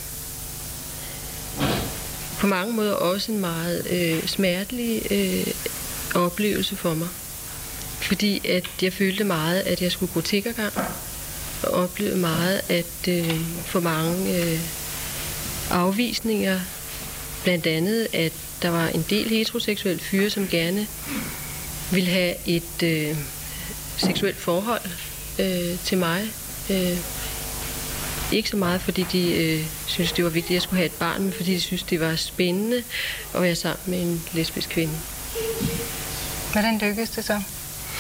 [SPEAKER 5] på mange måder også en meget øh, smertelig øh, oplevelse for mig. Fordi at jeg følte meget, at jeg skulle gå tiggergang, og oplevede meget at øh, få mange øh, afvisninger. Blandt andet, at der var en del heteroseksuelle fyre, som gerne ville have et øh, seksuelt forhold øh, til mig. Øh, ikke så meget, fordi de øh, synes det var vigtigt, at jeg skulle have et barn, men fordi de synes det var spændende at være sammen med en lesbisk kvinde.
[SPEAKER 6] Hvordan lykkedes det så?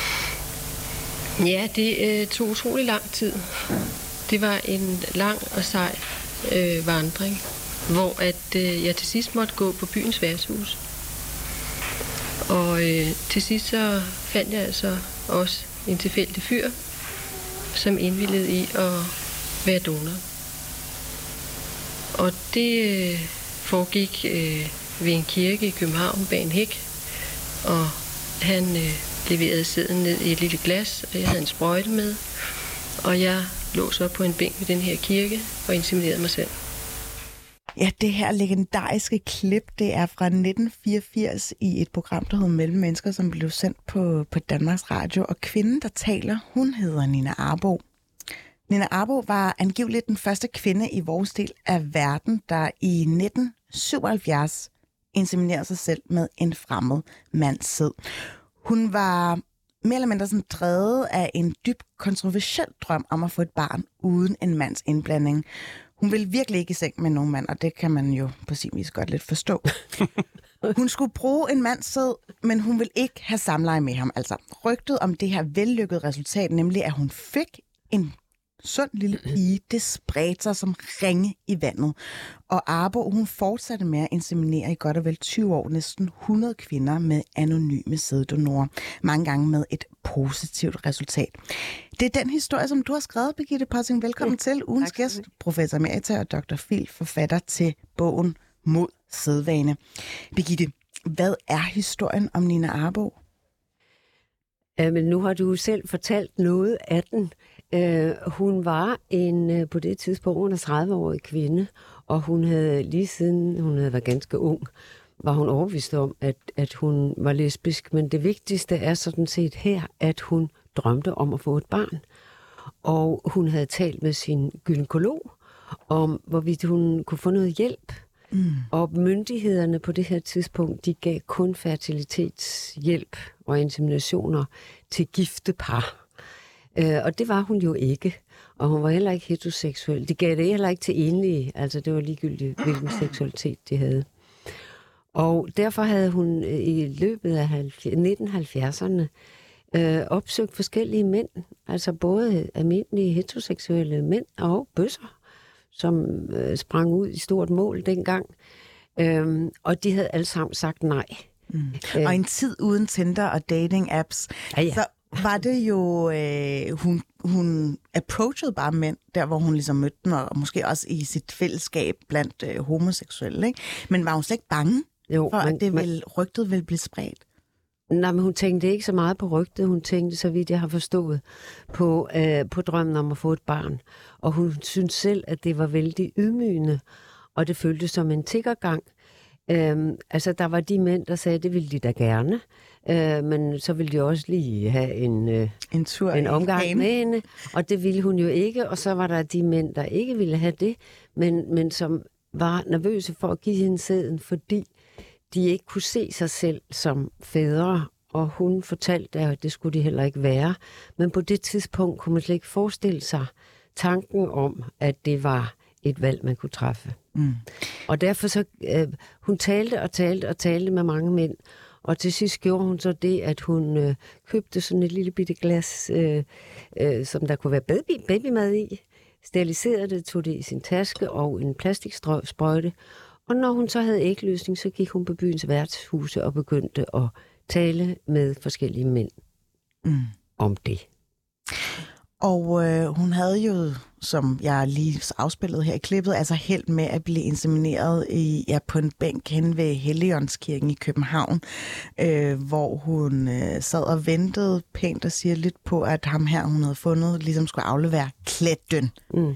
[SPEAKER 5] Ja, det øh, tog utrolig lang tid. Det var en lang og sej øh, vandring, hvor at, øh, jeg til sidst måtte gå på byens værtshus. Og øh, til sidst så fandt jeg altså også en tilfældig fyr, som indvilligede i at være donor. Og det øh, foregik øh, ved en kirke i København bag en hæk, og han øh, leverede sæden ned i et lille glas, og jeg havde en sprøjte med, og jeg lå så på en bænk ved den her kirke og inseminerede mig selv.
[SPEAKER 3] Ja, det her legendariske klip, det er fra nitten fireogfirs i et program, der hedder Mellem Mennesker, som blev sendt på, på Danmarks Radio. Og kvinden, der taler, hun hedder Nina Arbo. Nina Arbo var angiveligt den første kvinde i vores del af verden, der i nitten syvoghalvfjerds inseminerede sig selv med en fremmed mands sæd. Hun var mere eller mindre sådan drevet af en dyb kontroversiel drøm om at få et barn uden en mands indblanding. Hun ville virkelig ikke i seng med nogen mand, og det kan man jo på sin vis godt lidt forstå. Hun skulle bruge en mands sæd, men hun ville ikke have samleje med ham. Altså rygtet om det her vellykkede resultat, nemlig at hun fik en sund lille pige, det spredte sig som ringe i vandet. Og Arbo, hun fortsatte med at inseminere i godt og vel tyve år, næsten hundrede kvinder med anonyme sæddonorer. Mange gange med et positivt resultat. Det er den historie, som du har skrevet, Birgitte Possing. Velkommen ja, til ugens gæst, professor emerita og doktor Phil, forfatter til bogen Mod sædvane. Birgitte, hvad er historien om Nina Arbo?
[SPEAKER 7] Ja, men nu har du selv fortalt noget af den. Uh, hun var en, uh, på det tidspunkt, en tredive-årig kvinde, og hun havde lige siden hun havde været ganske ung, var hun overbevist om, at, at hun var lesbisk. Men det vigtigste er sådan set her, at hun drømte om at få et barn. Og hun havde talt med sin gynekolog om, hvorvidt hun kunne få noget hjælp. Mm. Og myndighederne på det her tidspunkt, de gav kun fertilitetshjælp og inseminationer til gifte par. Uh, og det var hun jo ikke. Og hun var heller ikke heteroseksuel. De gav det heller ikke til enlige. Altså det var ligegyldigt, hvilken seksualitet de havde. Og derfor havde hun i løbet af nitten halvfjerdserne øh, opsøgt forskellige mænd. Altså både almindelige heteroseksuelle mænd og bøsser, som øh, sprang ud i stort mål dengang. Øhm, og de havde alle sammen sagt nej.
[SPEAKER 3] Mm. Øh, og en tid uden Tinder og dating-apps, ja, ja. Så var det jo, øh, hun, hun approachede bare mænd, der hvor hun ligesom mødte dem, og måske også i sit fællesskab blandt øh, homoseksuelle, ikke? Men var hun slet ikke bange jo, for, men, at det ville, rygtet ville blive spredt?
[SPEAKER 7] Nej, men hun tænkte ikke så meget på rygtet. Hun tænkte, så vidt jeg har forstået, på, øh, på drømmen om at få et barn. Og hun syntes selv, at det var vældig ydmygende, og det føltes som en tiggergang. Øhm, altså, der var de mænd, der sagde, det ville de da gerne. Øh, men så ville de også lige have en, øh,
[SPEAKER 3] en, tur
[SPEAKER 7] en omgang med hende, og det ville hun jo ikke. Og så var der de mænd, der ikke ville have det, men, men som var nervøse for at give hende sæden, fordi de ikke kunne se sig selv som fædre, og hun fortalte, at det skulle de heller ikke være. Men på det tidspunkt kunne man slet ikke forestille sig tanken om, at det var et valg, man kunne træffe. Mm. Og derfor så, øh, hun talte og talte og talte med mange mænd, og til sidst gjorde hun så det, at hun øh, købte sådan et lille bitte glas, øh, øh, som der kunne være baby, babymad i, steriliserede det, tog det i sin taske og en plastiksprøjte. Og når hun så havde ægløsning, så gik hun på byens værtshuse og begyndte at tale med forskellige mænd mm. om det.
[SPEAKER 3] Og øh, hun havde jo, som jeg lige afspillede her i klippet, altså held med at blive insemineret i, ja, på en bænk hen ved Helligåndskirken i København, øh, hvor hun øh, sad og ventede pænt og siger lidt på, at ham her, hun havde fundet, ligesom skulle aflevere klætten. Mm.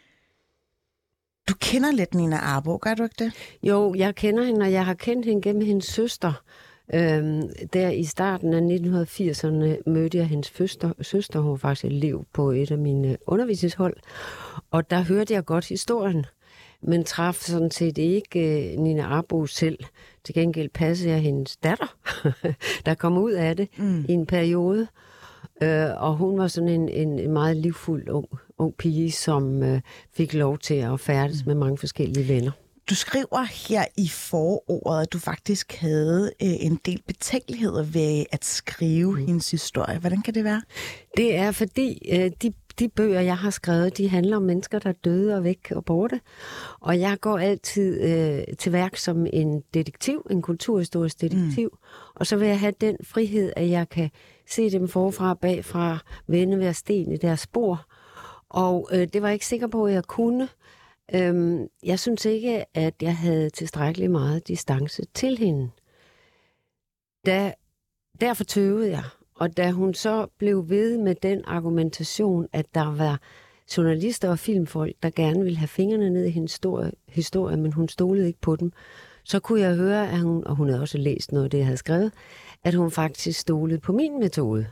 [SPEAKER 3] Du kender lidt Nina Arbo, gør du ikke det?
[SPEAKER 7] Jo, jeg kender hende, og jeg har kendt hende gennem hendes søster. Øhm, der i starten af nitten firserne mødte jeg hendes søster. søster. Hun var faktisk elev på et af mine undervisningshold. Og der hørte jeg godt historien, men traf sådan set ikke uh, Nina Arbo selv. Til gengæld passede jeg hendes datter, der kom ud af det mm. i en periode. Uh, og hun var sådan en, en, en meget livfuld ung, ung pige, som uh, fik lov til at færdes mm. med mange forskellige venner.
[SPEAKER 3] Du skriver her i forordet, at du faktisk havde øh, en del betænkeligheder ved at skrive mm. hendes historie. Hvordan kan det være?
[SPEAKER 7] Det er fordi, øh, de, de bøger, jeg har skrevet, de handler om mennesker, der er døde og væk og borte. Og jeg går altid øh, til værk som en detektiv, en kulturhistorisk detektiv. Mm. Og så vil jeg have den frihed, at jeg kan se dem forfra og bagfra, vende hver sten i deres spor. Og øh, det var jeg ikke sikker på, at jeg kunne. Øhm, jeg synes ikke, at jeg havde tilstrækkeligt meget distance til hende. Da, derfor tøvede jeg, og da hun så blev ved med den argumentation, at der var journalister og filmfolk, der gerne ville have fingrene ned i hendes historie, historie, men hun stolede ikke på dem, så kunne jeg høre, at hun, og hun havde også læst noget af det, jeg havde skrevet, at hun faktisk stolede på min metode.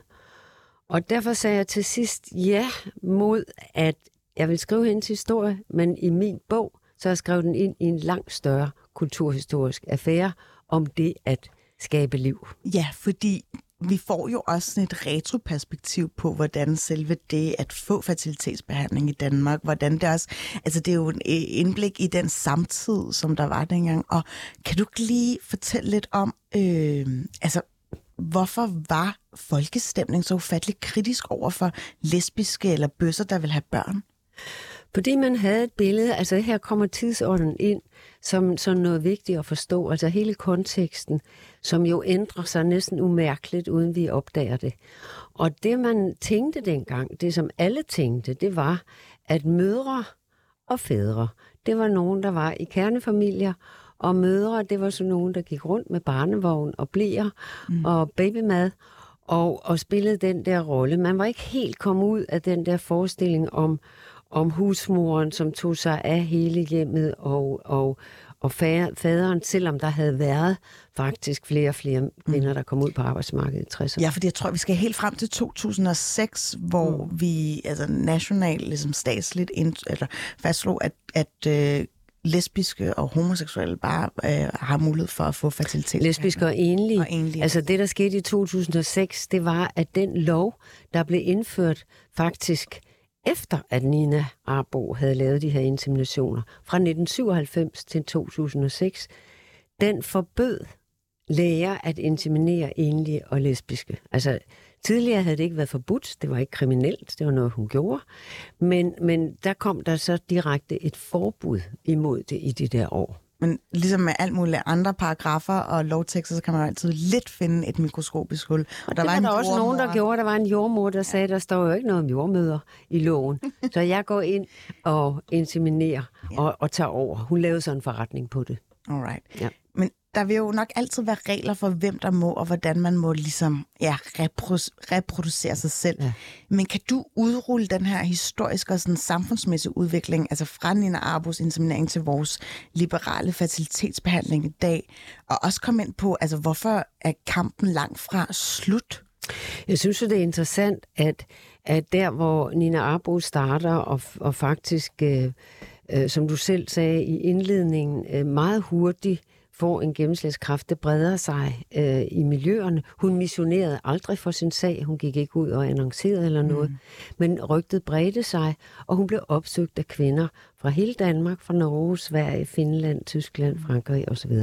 [SPEAKER 7] Og derfor sagde jeg til sidst ja mod, at jeg vil skrive hendes historie, men i min bog, så har jeg skrevet den ind i en langt større kulturhistorisk affære om det at skabe liv.
[SPEAKER 3] Ja, fordi vi får jo også sådan et retroperspektiv på, hvordan selve det at få fertilitetsbehandling i Danmark, hvordan det også, altså det er jo en indblik i den samtid, som der var dengang. Og kan du ikke lige fortælle lidt om, øh, altså hvorfor var folkestemning så ufattelig kritisk over for lesbiske eller bøsser, der vil have børn?
[SPEAKER 7] Fordi man havde et billede, altså her kommer tidsordenen ind, som, som noget vigtigt at forstå, altså hele konteksten, som jo ændrer sig næsten umærkeligt, uden vi opdager det. Og det man tænkte dengang, det som alle tænkte, det var, at mødre og fædre, det var nogen, der var i kernefamilier, og mødre, det var så nogen, der gik rundt med barnevogn og bleer mm. og babymad, og, og spillede den der rolle. Man var ikke helt kommet ud af den der forestilling om, om husmoren, som tog sig af hele hjemmet, og, og, og faderen, selvom der havde været faktisk flere og flere kvinder, der kom ud på arbejdsmarkedet i tresserne.
[SPEAKER 3] Ja, fordi jeg tror, vi skal helt frem til to tusind og seks, hvor mm. vi altså nationalt, ligesom statsligt, ind, eller fastslog, at, at øh, lesbiske og homoseksuelle bare øh, har mulighed for at få fertilitet.
[SPEAKER 7] Lesbiske og enlige.
[SPEAKER 3] og enlige.
[SPEAKER 7] Altså det, der skete i to tusind og seks, det var, at den lov, der blev indført faktisk efter, at Nina Arbo havde lavet de her inseminationer, fra nitten syvoghalvfems til to tusind og seks, den forbød læger at inseminere enlige og lesbiske. Altså tidligere havde det ikke været forbudt, det var ikke kriminelt, det var noget, hun gjorde, men, men der kom der så direkte et forbud imod det i de der år.
[SPEAKER 3] Men ligesom med alt muligt andre paragrafer og lovtekster, så kan man jo altid lidt finde et mikroskopisk hul. Og,
[SPEAKER 7] og
[SPEAKER 3] der
[SPEAKER 7] det
[SPEAKER 3] var,
[SPEAKER 7] var
[SPEAKER 3] en
[SPEAKER 7] der også
[SPEAKER 3] jordmor.
[SPEAKER 7] nogen, der gjorde. Der var en jordmor, der sagde, der står jo ikke noget om jordmøder i loven. Så jeg går ind og inseminerer ja. og, og tager over. Hun lavede sådan en forretning på det.
[SPEAKER 3] Alright.
[SPEAKER 7] Ja.
[SPEAKER 3] Men der vil jo nok altid være regler for, hvem der må, og hvordan man må ligesom, ja, repro- reproducere sig selv. Ja. Men kan du udrulle den her historiske og sådan samfundsmæssige udvikling, altså fra Nina Arbos inseminering til vores liberale fertilitetsbehandling i dag, og også komme ind på, altså hvorfor er kampen langt fra slut?
[SPEAKER 7] Jeg synes jo, det er interessant, at, at der, hvor Nina Arbo starter, og, og faktisk, øh, øh, som du selv sagde i indledningen, øh, meget hurtigt får en gennemslagskraft, det breder sig øh, i miljøerne. Hun missionerede aldrig for sin sag, hun gik ikke ud og annoncerede eller noget, mm. men rygtet bredte sig, og hun blev opsøgt af kvinder fra hele Danmark, fra Norge, Sverige, Finland, Tyskland, Frankrig osv.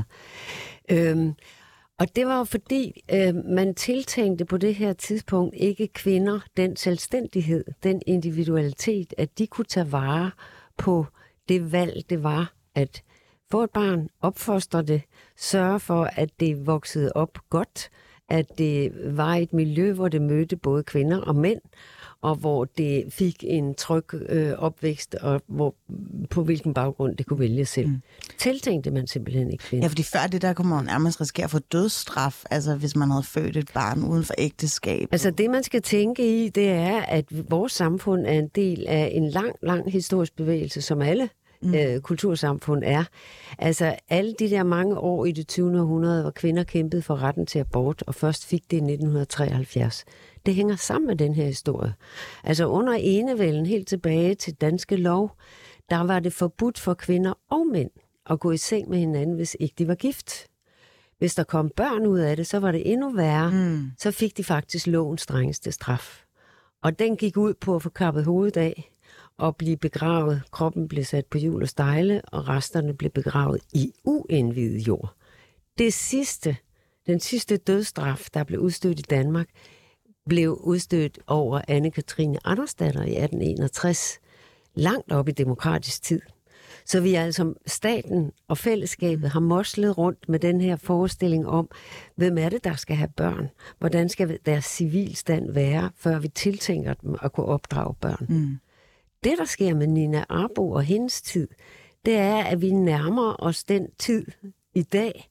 [SPEAKER 7] Øhm, og det var jo fordi, øh, man tiltænkte på det her tidspunkt ikke kvinder den selvstændighed, den individualitet, at de kunne tage vare på det valg, det var at få et barn, opfostre det, sørge for, at det voksede op godt, at det var et miljø, hvor det mødte både kvinder og mænd, og hvor det fik en tryg øh, opvækst, og hvor, på hvilken baggrund det kunne vælge selv. Mm. Tiltænkte man simpelthen ikke kvinder.
[SPEAKER 3] Ja, fordi før det der kunne man nærmest risikere at få dødsstraf, altså hvis man havde født et barn uden for ægteskab.
[SPEAKER 7] Altså det, man skal tænke i, det er, at vores samfund er en del af en lang, lang historisk bevægelse, som alle mm. øh, kultursamfund er. Altså alle de der mange år i det tyvende århundrede, hvor kvinder kæmpede for retten til abort, og først fik det i nitten treoghalvfjerds. Det hænger sammen med den her historie. Altså under enevælden helt tilbage til danske lov, der var det forbudt for kvinder og mænd at gå i seng med hinanden, hvis ikke de var gift. Hvis der kom børn ud af det, så var det endnu værre. Mm. Så fik de faktisk lovens strengeste straf. Og den gik ud på at få kappet hovedet af og blive begravet. Kroppen blev sat på hjul og stejle, og resterne blev begravet i uindviet jord. Det sidste, den sidste dødsstraf, der blev udstødt i Danmark, blev udstødt over Anne-Cathrine Andersdatter i atten enogtres, langt op i demokratisk tid. Så vi altså, staten og fællesskabet har moslet rundt med den her forestilling om, hvem er det, der skal have børn? Hvordan skal deres civilstand være, før vi tiltænker dem at kunne opdrage børn? Mm. Det, der sker med Nina Arbo og hendes tid, det er, at vi nærmer os den tid i dag,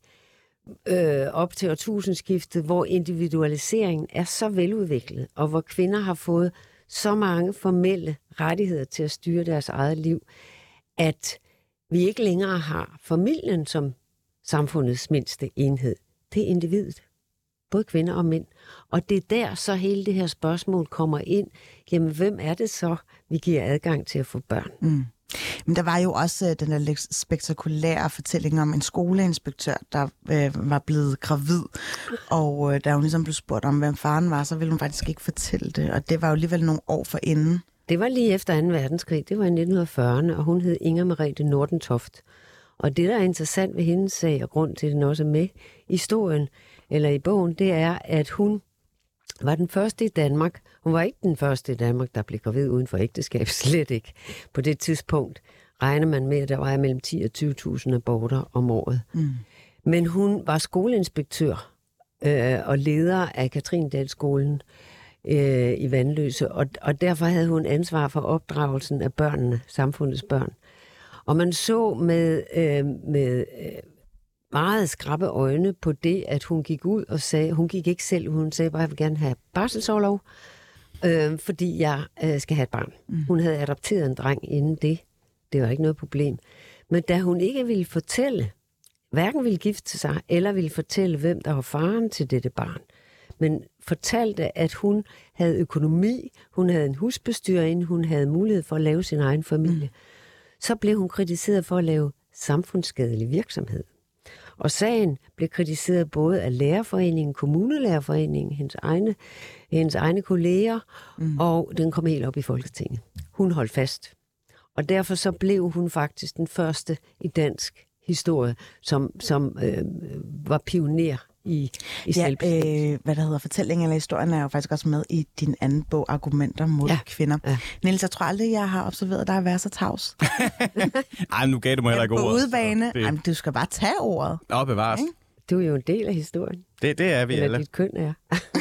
[SPEAKER 7] øh, op til årtusindskiftet, hvor individualiseringen er så veludviklet, og hvor kvinder har fået så mange formelle rettigheder til at styre deres eget liv, at vi ikke længere har familien som samfundets mindste enhed. Det er individet. Både kvinder og mænd. Og det er der så hele det her spørgsmål kommer ind. Jamen, hvem er det så, vi giver adgang til at få børn?
[SPEAKER 3] Mm. Men der var jo også den der spektakulære fortælling om en skoleinspektør, der øh, var blevet gravid. Og øh, da hun ligesom blev spurgt om, hvem faren var, så ville hun faktisk ikke fortælle det. Og det var jo alligevel nogle år forinden.
[SPEAKER 7] Det var lige efter anden verdenskrig. Det var i nitten fyrrerne, og hun hed Inger Merete Nordentoft. Og det, der er interessant ved hendes sag, og grund til, at den også er med i historien, eller i bogen, det er, at hun var den første i Danmark. Hun var ikke den første i Danmark, der blev gravid uden for ægteskab. Slet ikke. På det tidspunkt regner man med, at der var mellem ti og tyve tusind aborter om året. Mm. Men hun var skoleinspektør øh, og leder af Katrinedalskolen øh, i Vandløse, og, og derfor havde hun ansvar for opdragelsen af børnene, samfundets børn. Og man så med, øh, med øh, meget skrappe øjne på det, at hun gik ud og sagde, hun gik ikke selv, hun sagde bare, jeg vil gerne have barselsorlov, øh, fordi jeg øh, skal have et barn. Mm. Hun havde adopteret en dreng inden det. Det var ikke noget problem. Men da hun ikke ville fortælle, hverken ville gifte sig, eller ville fortælle, hvem der var faren til dette barn, men fortalte, at hun havde økonomi, hun havde en husbestyrerinde, hun havde mulighed for at lave sin egen familie, mm. så blev hun kritiseret for at lave samfundsskadelig virksomhed. Og sagen blev kritiseret både af Lærerforeningen, Kommunelærerforeningen, hendes egne, hendes egne kolleger, mm. og den kom helt op i Folketinget. Hun holdt fast. Og derfor så blev hun faktisk den første i dansk historie, som, som øh, var pioner i, i
[SPEAKER 3] ja, øh, hvad der hedder fortællingen eller historien er jo faktisk også med i din anden bog, Argumenter mod ja. kvinder. Ja. Niels, jeg tror aldrig, jeg har observeret dig at være så tavs.
[SPEAKER 4] Ej, nu gav du mig heller ikke ordet.
[SPEAKER 3] På udebane. Det... Ej, du skal bare tage ordet.
[SPEAKER 4] Nå, bevares. Okay?
[SPEAKER 7] Du er jo en del af historien.
[SPEAKER 4] Det, det er vi
[SPEAKER 7] eller
[SPEAKER 4] alle.
[SPEAKER 7] Dit køn er.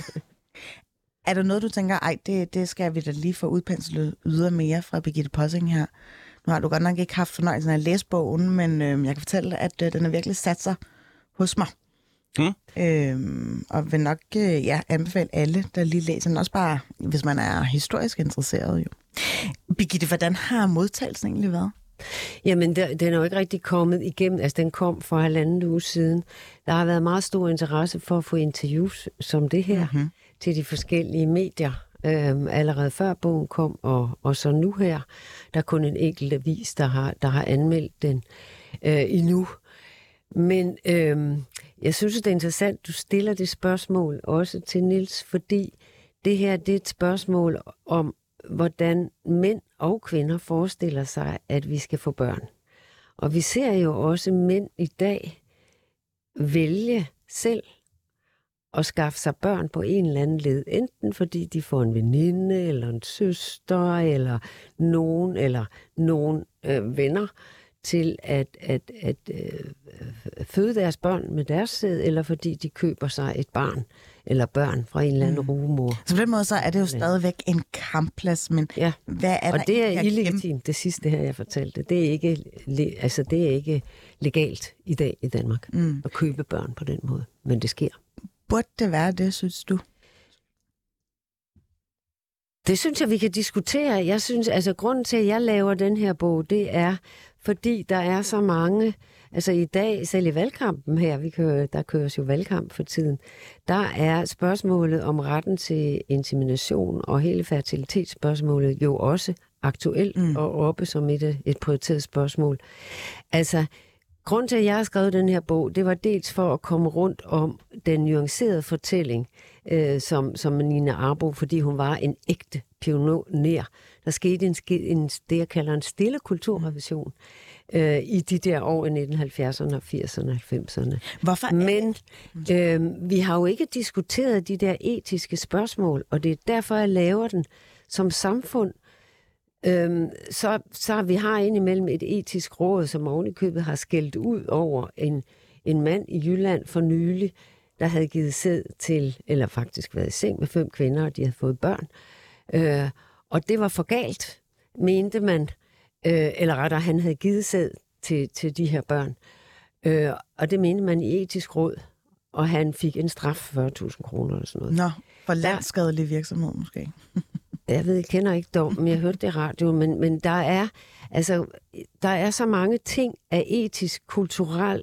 [SPEAKER 3] Er der noget, du tænker, ej, det, det skal vi da lige få udpenslet yder mere fra Birgitte Possing her? Nu har du godt nok ikke haft fornøjelsen af at læse bogen, men øh, jeg kan fortælle, at øh, den har virkelig sat sig hos mig. Hmm. Øhm, og vil nok øh, ja, anbefale alle, der lige læser den, også bare, hvis man er historisk interesseret. Jo. Birgitte, hvordan har modtagelsen egentlig været?
[SPEAKER 7] Jamen, der, den er jo ikke rigtig kommet igennem. Altså, den kom for halvanden uge siden. Der har været meget stor interesse for at få interviews som det her mm-hmm. til de forskellige medier. Øhm, allerede før bogen kom, og, og så nu her. Der er kun en enkelt avis, der har, der har anmeldt den øh, endnu. Men øhm, jeg synes, det er interessant, du stiller det spørgsmål også til Niels, fordi det her det er et spørgsmål om, hvordan mænd og kvinder forestiller sig, at vi skal få børn. Og vi ser jo også mænd i dag vælge selv at skaffe sig børn på en eller anden led. Enten fordi de får en veninde, eller en søster, eller nogen, eller nogen øh, venner, til at, at, at øh, føde deres børn med deres sæd, eller fordi de køber sig et barn eller børn fra en eller anden mm. rugemor.
[SPEAKER 3] Så på den måde så er det jo stadigvæk en kampplads, men
[SPEAKER 7] ja.
[SPEAKER 3] hvad er
[SPEAKER 7] og
[SPEAKER 3] der
[SPEAKER 7] det er illegitimt, det sidste her, jeg fortalte. Det er ikke, altså, det er ikke legalt i dag i Danmark mm. at købe børn på den måde, men det sker.
[SPEAKER 3] Burde det være det, synes du?
[SPEAKER 7] Det synes jeg, vi kan diskutere. Jeg synes, altså grunden til, at jeg laver den her bog, det er, fordi der er så mange, altså i dag, selv i valgkampen her, vi kører, der køres jo valgkamp for tiden, der er spørgsmålet om retten til insemination og hele fertilitetsspørgsmålet jo også aktuelt mm. og oppe som et, et prioriteret spørgsmål. Altså, grunden til, at jeg har skrevet den her bog, det var dels for at komme rundt om den nuancerede fortælling, øh, som, som Nina Arbo, fordi hun var en ægte pioner. Der skete en, en, det, jeg kalder en stille kulturrevision øh, i de der år i nitten halvfjerdserne, firserne og halvfemserne.
[SPEAKER 3] Hvorfor?
[SPEAKER 7] Men øh, vi har jo ikke diskuteret de der etiske spørgsmål, og det er derfor, jeg laver den som samfund. Øhm, så, så vi har indimellem et etisk råd, som ovenikøbet har skældt ud over en, en mand i Jylland for nylig, der havde givet sæd til, eller faktisk været i seng med fem kvinder, og de havde fået børn. Øh, og det var for galt, mente man, øh, eller rettere, han havde givet sæd til, til de her børn. Øh, og det mente man i etisk råd, og han fik en straf fyrre tusind kroner eller sådan noget.
[SPEAKER 3] Nå, for landsskadelig virksomhed måske.
[SPEAKER 7] Jeg ved, jeg kender ikke dommen, jeg hørte det i radio, men, men der er altså der er så mange ting af etisk, kulturel,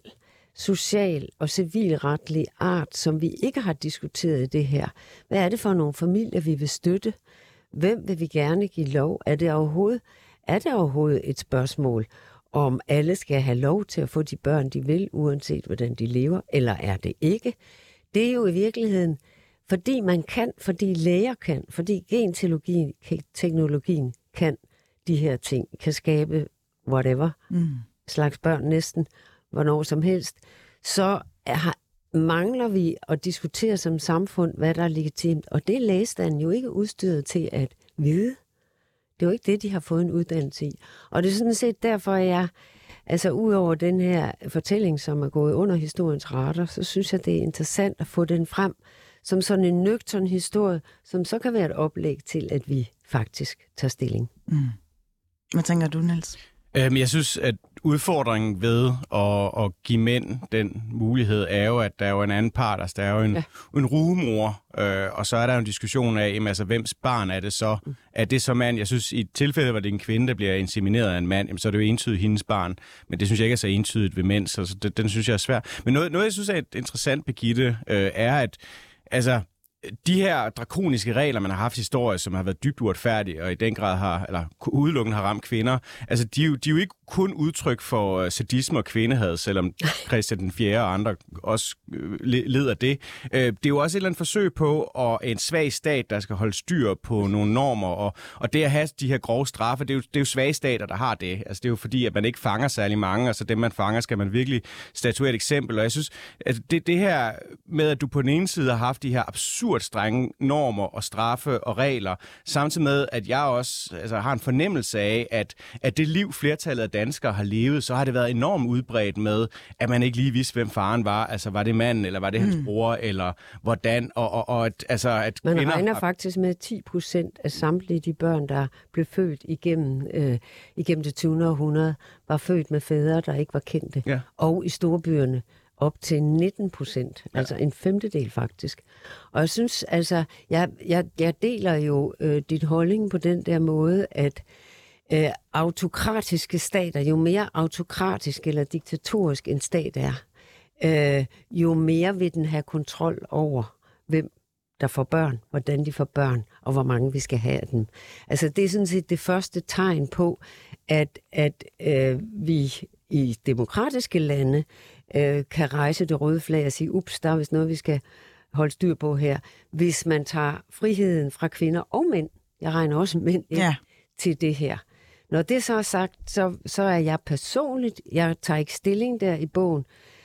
[SPEAKER 7] social og civilretlig art, som vi ikke har diskuteret i det her. Hvad er det for nogle familier, vi vil støtte? Hvem vil vi gerne give lov? Er det overhovedet, er det overhovedet et spørgsmål, om alle skal have lov til at få de børn, de vil, uanset hvordan de lever, eller er det ikke? Det er jo i virkeligheden fordi man kan, fordi læger kan, fordi genteknologien teknologien kan de her ting, kan skabe whatever, mm. slags børn næsten, hvornår som helst, så er, mangler vi at diskutere som samfund, hvad der er legitimt. Og det er lægestanden jo ikke udstyret til at vide. Det er jo ikke det, de har fået en uddannelse i. Og det er sådan set derfor, at jeg, altså ud over den her fortælling, som er gået under historiens radar, så synes jeg, det er interessant at få den frem, som sådan en nøgtern historie, som så kan være et oplæg til, at vi faktisk tager stilling. Mm.
[SPEAKER 3] Hvad tænker du, Niels?
[SPEAKER 4] Øhm, jeg synes, at udfordringen ved at, at give mænd den mulighed er jo, at der er jo en anden part, altså der er jo en, ja. en rugemor, øh, og så er der jo en diskussion af, jamen, altså, hvems barn er det så? Mm. Er det så mand? Jeg synes, i et tilfælde, hvor det er en kvinde, der bliver insemineret af en mand, jamen, så er det jo entydigt hendes barn, men det synes jeg ikke er så entydigt ved mænd, så det, den synes jeg er svært. Men noget, noget jeg synes er et interessant, Birgitte, øh, er, at altså, de her drakoniske regler, man har haft i historie, som har været dybt uretfærdige, og i den grad har, eller udelukkende har ramt kvinder, altså, de er jo, de er jo ikke kun udtryk for sadisme og kvindehad, selvom Christian den fjerde og andre også leder det. Det er jo også et eller andet forsøg på at en svag stat, der skal holde styr på nogle normer, og, og det at have de her grove straffe, det er jo, det er jo svage stater, der har det. Altså, det er jo fordi, at man ikke fanger særlig mange, og så dem, man fanger, skal man virkelig statuere et eksempel. Og jeg synes, at det, det her med, at du på den ene side har haft de her absurd strenge normer og straffe og regler, samtidig med, at jeg også altså, har en fornemmelse af, at, at det liv, flertallet af danskere har levet, så har det været enormt udbredt med, at man ikke lige vidste, hvem faren var. Altså, var det manden, eller var det hans mm. bror, eller hvordan? Og, og, og at, altså, at
[SPEAKER 7] man
[SPEAKER 4] kvinder
[SPEAKER 7] regner
[SPEAKER 4] har...
[SPEAKER 7] faktisk med ti procent af samtlige de børn, der blev født igennem, øh, igennem det tyvende århundrede, var født med fædre, der ikke var kendte. Ja. Og i storbyerne op til nitten procent, ja. Altså en femtedel faktisk. Og jeg synes, altså, jeg, jeg, jeg deler jo øh, dit holdning på den der måde, at øh, autokratiske stater, jo mere autokratisk eller diktatorisk en stat er, øh, jo mere vil den have kontrol over, hvem der får børn, hvordan de får børn, og hvor mange vi skal have af dem. Altså det er sådan set det første tegn på, at, at øh, vi i demokratiske lande øh, kan rejse det røde flag og sige, ups, der er vist noget, vi skal holde styr på her. Hvis man tager friheden fra kvinder og mænd, jeg regner også mænd ind, ja. til det her. Når det så er sagt, så, så er jeg personligt, jeg tager ikke stilling der i bogen,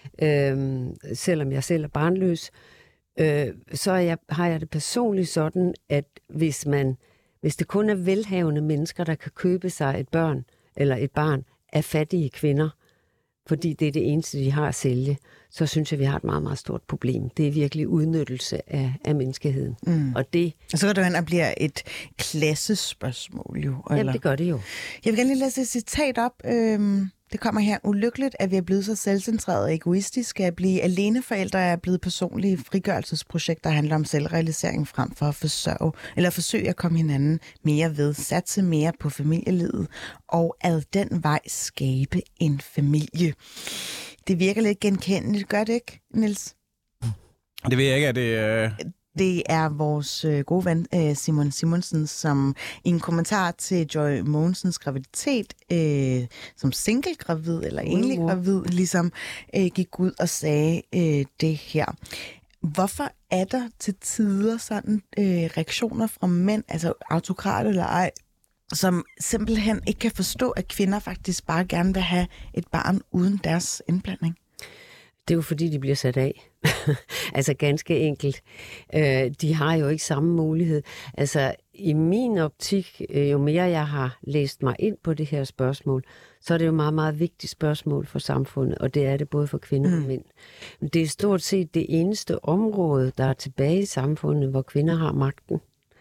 [SPEAKER 7] øh, selvom jeg selv er barnløs, øh, så er jeg, har jeg det personligt sådan, at hvis man, hvis det kun er velhavende mennesker, der kan købe sig et børn, eller et barn af fattige kvinder, fordi det er det eneste, de har at sælge, så synes jeg, vi har et meget, meget stort problem. Det er virkelig udnyttelse af, af menneskeheden. Mm. Og det...
[SPEAKER 3] Og så går det hen og bliver et klassespørgsmål jo. Eller?
[SPEAKER 7] Jamen, det gør det jo.
[SPEAKER 3] Jeg vil gerne lige læse et citat op. Øhm, det kommer her. Ulykkeligt, at vi er blevet så selvcentreret og egoistiske, at blive aleneforældre er blevet personlige frigørelsesprojekter, der handler om selvrealisering frem for at forsørge, eller forsøge at komme hinanden mere ved, satse mere på familielivet, og ad den vej skabe en familie. Det virker lidt genkendeligt, gør det ikke, Niels?
[SPEAKER 4] Det ved jeg ikke, at det... Øh...
[SPEAKER 3] Det er vores øh, gode ven, øh, Simon Simonsen, som i en kommentar til Joy Mogensens graviditet, øh, som single-gravid eller enlig gravid, ligesom øh, gik ud og sagde øh, det her. Hvorfor er der til tider sådan øh, reaktioner fra mænd, altså autokrater eller ej, som simpelthen ikke kan forstå, at kvinder faktisk bare gerne vil have et barn uden deres indblanding?
[SPEAKER 7] Det er jo fordi, de bliver sat af. Altså ganske enkelt. Øh, de har jo ikke samme mulighed. Altså i min optik, øh, jo mere jeg har læst mig ind på det her spørgsmål, så er det jo meget, meget vigtigt spørgsmål for samfundet, og det er det både for kvinder mm. og mænd. Men det er stort set det eneste område, der er tilbage i samfundet, hvor kvinder har magten.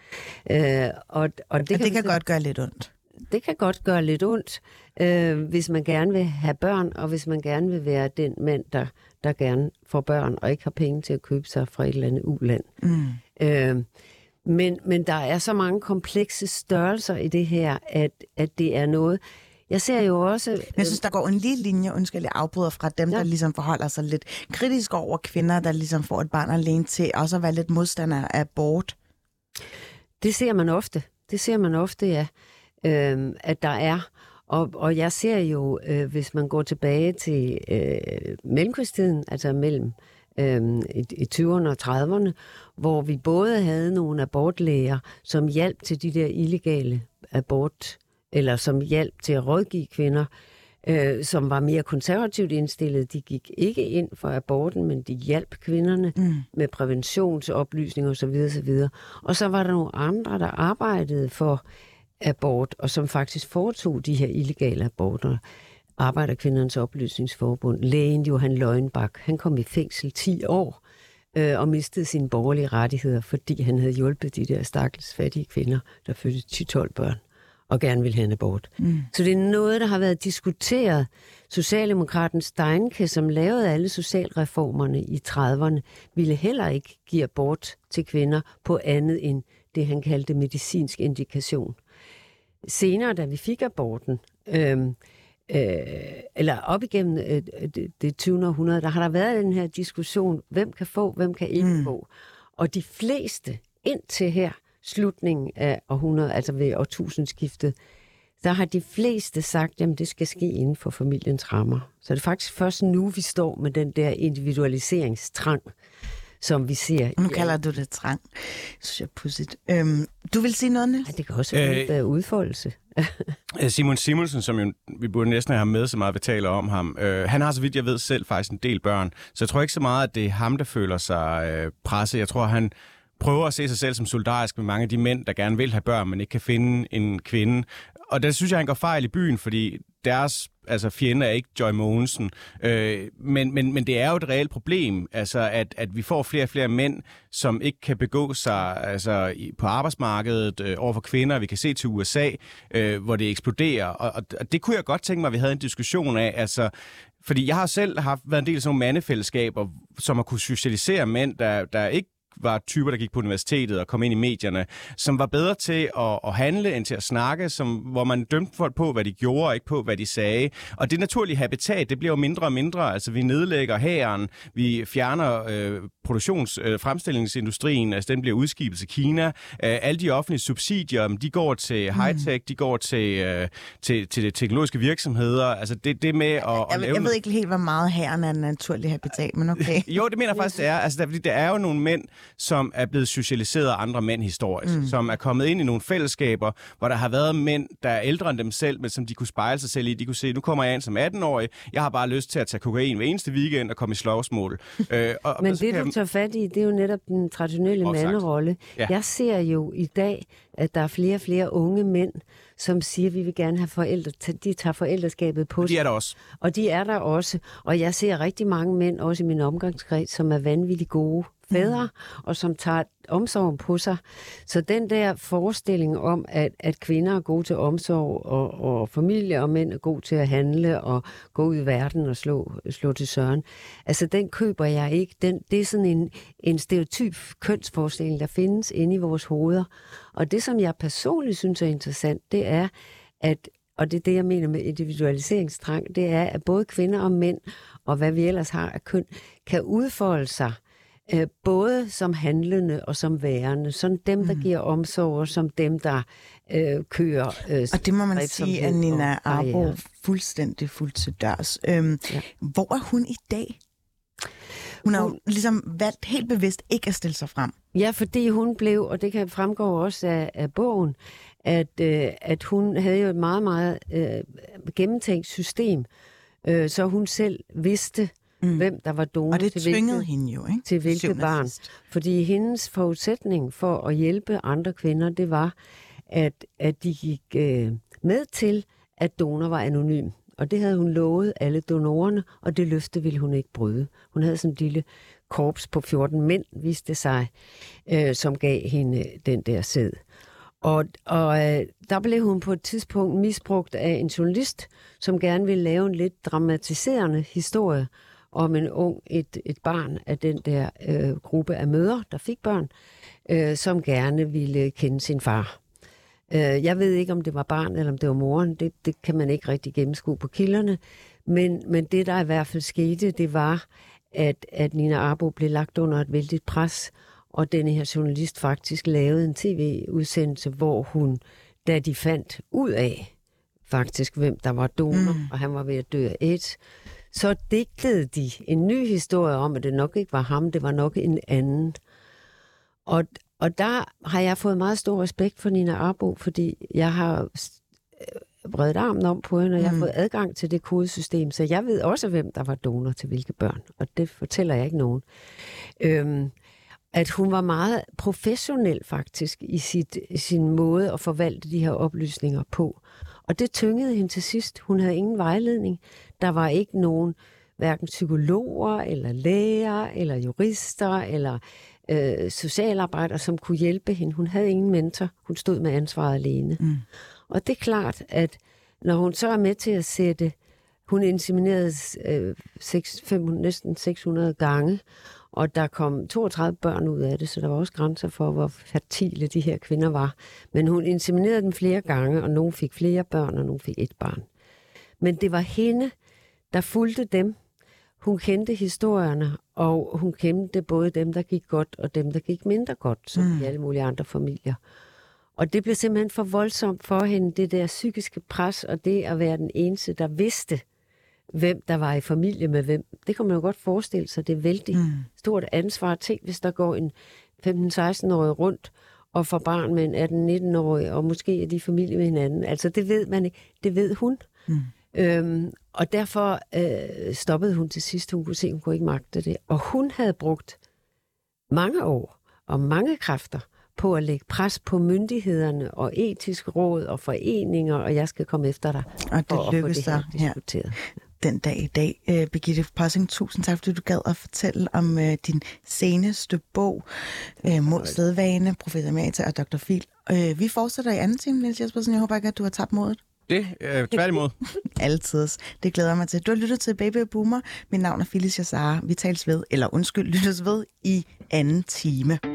[SPEAKER 7] Øh, og, og det,
[SPEAKER 3] og
[SPEAKER 7] kan,
[SPEAKER 3] det kan godt gøre lidt ondt.
[SPEAKER 7] Det kan godt gøre lidt ondt, øh, hvis man gerne vil have børn, og hvis man gerne vil være den mand, der, der gerne får børn, og ikke har penge til at købe sig fra et eller andet uland. Mm. Øh, men, men der er så mange komplekse størrelser i det her, at, at det er noget... Jeg ser jo også...
[SPEAKER 3] Men jeg synes, der går en lige linje, undskyld, jeg afbryder fra dem, ja. der ligesom forholder sig lidt kritisk over kvinder, der ligesom får et barn alene til, også at være lidt modstander af abort.
[SPEAKER 7] Det ser man ofte. Det ser man ofte, ja. Øh, at der er, og, og jeg ser jo, øh, hvis man går tilbage til øh, mellemkrigstiden, altså mellem øh, i, i tyverne og trediverne, hvor vi både havde nogle abortlæger, som hjalp til de der illegale abort, eller som hjalp til at rådgive kvinder, øh, som var mere konservativt indstillet. De gik ikke ind for aborten, men de hjalp kvinderne mm. med præventionsoplysning osv. osv. Og så var der nogle andre, der arbejdede for abort, og som faktisk foretog de her illegale aborter. Arbejderkvindernes Oplysningsforbund. Lægen Johan Løgnbak, han kom i fængsel ti år øh, og mistede sine borgerlige rettigheder, fordi han havde hjulpet de der stakkels fattige kvinder, der fødte ti til tolv børn og gerne ville have en abort. Mm. Så det er noget, der har været diskuteret. Socialdemokraten Steinke, som lavede alle socialreformerne i trediverne, ville heller ikke give abort til kvinder på andet end det, han kaldte medicinsk indikation. Senere, da vi fik aborten, øh, øh, eller op igennem øh, det, det tyvende århundrede, der har der været den her diskussion, hvem kan få, hvem kan ikke mm. få. Og de fleste, indtil her, slutningen af århundredet, altså ved årtusindskiftet, der har de fleste sagt, at det skal ske inden for familiens rammer. Så det er faktisk først nu, vi står med den der individualiseringstrang, som vi ser.
[SPEAKER 3] Nu kalder du det trang. Det synes jeg er pudsigt. Øhm, du vil sige noget, Niels?
[SPEAKER 7] Ja, det kan også være øh, udfoldelse.
[SPEAKER 4] Simon Simonsen, som jo, vi burde næsten have med så meget, vi taler om ham, øh, han har, så vidt jeg ved, selv faktisk en del børn. Så jeg tror ikke så meget, at det er ham, der føler sig øh, presset. Jeg tror, han prøver at se sig selv som solidarisk med mange af de mænd, der gerne vil have børn, men ikke kan finde en kvinde. Og der synes jeg, han går fejl i byen, fordi deres altså fjende er ikke Joy Mogensen. Øh, men, men, men det er jo et reelt problem, altså at, at vi får flere og flere mænd, som ikke kan begå sig altså, på arbejdsmarkedet øh, over for kvinder. Vi kan se til U S A, øh, hvor det eksploderer. Og, og, og det kunne jeg godt tænke mig, at vi havde en diskussion af. Altså, fordi jeg har selv haft været en del af sådan nogle mandefællesskaber, som har kunne socialisere mænd, der, der ikke var typer, der gik på universitetet og kom ind i medierne, som var bedre til at, at handle end til at snakke, som, hvor man dømte folk på, hvad de gjorde, og ikke på, hvad de sagde. Og det naturlige habitat, det bliver jo mindre og mindre. Altså, vi nedlægger hæren, vi fjerner øh, produktions- øh, fremstillingsindustrien, altså den bliver udskibet til Kina. Øh, alle de offentlige subsidier, de går til high-tech, de går til, øh, til, til teknologiske virksomheder. Altså, det, det med at,
[SPEAKER 3] jeg,
[SPEAKER 4] at lave...
[SPEAKER 3] Jeg ved ikke helt, hvor meget hæren er en naturlig habitat, men okay.
[SPEAKER 4] Jo, det mener jeg faktisk, det er. Altså, der, der er jo nogle mænd, som er blevet socialiseret af andre mænd historisk, mm. som er kommet ind i nogle fællesskaber, hvor der har været mænd, der er ældre end dem selv, men som de kunne spejle sig selv i. De kunne se, nu kommer jeg ind som atten-årig, jeg har bare lyst til at tage kokain hver eneste weekend og komme i slagsmål. øh, og,
[SPEAKER 7] men
[SPEAKER 4] og
[SPEAKER 7] det, du tager fat i, det er jo netop den traditionelle manderolle. Ja. Jeg ser jo i dag at der er flere og flere unge mænd, som siger, at vi vil gerne have forældre. De tager forældreskabet på sig.
[SPEAKER 4] De er der også.
[SPEAKER 7] Og de er der også. Og jeg ser rigtig mange mænd, også i min omgangskreds, som er vanvittigt gode fædre, mm. og som tager omsorgen på sig. Så den der forestilling om, at, at kvinder er gode til omsorg, og, og familie og mænd er gode til at handle, og gå ud i verden og slå, slå til søren, altså den køber jeg ikke. Den, det er sådan en, en stereotyp kønsforestilling, der findes inde i vores hoveder. Og det, som jeg personligt synes er interessant, det er, at og det er det, jeg mener med individualiseringstrang, det er, at både kvinder og mænd, og hvad vi ellers har af køn, kan udfolde sig øh, både som handlende og som værende. Sådan dem, der mm. giver omsorg, og som dem, der øh, kører øh,
[SPEAKER 3] og det må man sige, at Nina Arbo fuldstændig fuldt til dørs. Øhm, ja. Hvor er hun i dag? Hun har jo ligesom valgt helt bevidst ikke at stille sig frem.
[SPEAKER 7] Ja, fordi hun blev, og det kan fremgå også af, af bogen, at, øh, at hun havde jo et meget, meget øh, gennemtænkt system, øh, så hun selv vidste, mm. hvem der var donor
[SPEAKER 3] og det
[SPEAKER 7] til hvilket,
[SPEAKER 3] hende jo, ikke?
[SPEAKER 7] til hvilket barn. Fordi hendes forudsætning for at hjælpe andre kvinder, det var, at, at de gik øh, med til, at donor var anonym. Og det havde hun lovet alle donorerne, og det løfte ville hun ikke bryde. Hun havde sådan en lille korps på fjorten mænd, viste det sig, øh, som gav hende den der sæd. Og, og øh, der blev hun på et tidspunkt misbrugt af en journalist, som gerne ville lave en lidt dramatiserende historie om en ung, et, et barn af den der øh, gruppe af mødre, der fik børn, øh, som gerne ville kende sin far. Jeg ved ikke, om det var barn eller om det var moren. Det, det kan man ikke rigtig gennemskue på kilderne. Men, men det, der i hvert fald skete, det var, at, at Nina Arbo blev lagt under et vældigt pres, og denne her journalist faktisk lavede en tv-udsendelse, hvor hun, da de fandt ud af faktisk, hvem der var donor, mm. og han var ved at dø af AIDS, så digtede de en ny historie om, at det nok ikke var ham, det var nok en anden. Og Og der har jeg fået meget stor respekt for Nina Arbo, fordi jeg har bredt armen om på hende, og jeg har mm. fået adgang til det kodesystem, så jeg ved også, hvem der var donor til hvilke børn, og det fortæller jeg ikke nogen. Øhm, at hun var meget professionel faktisk i sit, sin måde at forvalte de her oplysninger på. Og det tyngede hende til sidst. Hun havde ingen vejledning. Der var ikke nogen, hverken psykologer, eller læger, eller jurister, eller øh, socialarbejdere, som kunne hjælpe hende. Hun havde ingen mentor. Hun stod med ansvaret alene. Mm. Og det er klart, at når hun så er med til at sætte, hun inseminerede øh, seks, fem, næsten seks hundrede gange, og der kom toogtredive børn ud af det, så der var også grænser for, hvor fertile de her kvinder var. Men hun inseminerede dem flere gange, og nogle fik flere børn, og nogle fik et barn. Men det var hende, der fulgte dem. Hun kendte historierne, og hun kendte både dem, der gik godt, og dem, der gik mindre godt, som mm. i alle mulige andre familier. Og det blev simpelthen for voldsomt for hende, det der psykiske pres, og det at være den eneste, der vidste, hvem der var i familie med hvem. Det kan man jo godt forestille sig, det er vældig mm. stort ansvar. Tænk, hvis der går en femten-seksten-årig rundt og får barn med en atten-nitten-årig, og måske er de familie med hinanden. Altså, det ved man ikke. Det ved hun. Mm. Øhm, og derfor øh, stoppede hun til sidst. Hun kunne se, hun kunne ikke magte det. Og hun havde brugt mange år og mange kræfter på at lægge pres på myndighederne og etisk råd og foreninger, og jeg skal komme efter dig.
[SPEAKER 3] Og det lykkedes dig her den dag i dag. Uh, Birgitte Possing, tusind tak, fordi du gad at fortælle om uh, din seneste bog, uh, Mod sædvane, Professor Emerita og doktor Phil. Uh, vi fortsætter i anden time, Niels Jespersen. Jeg håber ikke, at du har tabt modet.
[SPEAKER 4] Det er øh, tværtimod.
[SPEAKER 3] Altid. Det glæder mig til. Du har lyttet til Baby og Boomer. Mit navn er Phyllis Jassar. Vi tales ved, eller undskyld, lyttes ved i anden time.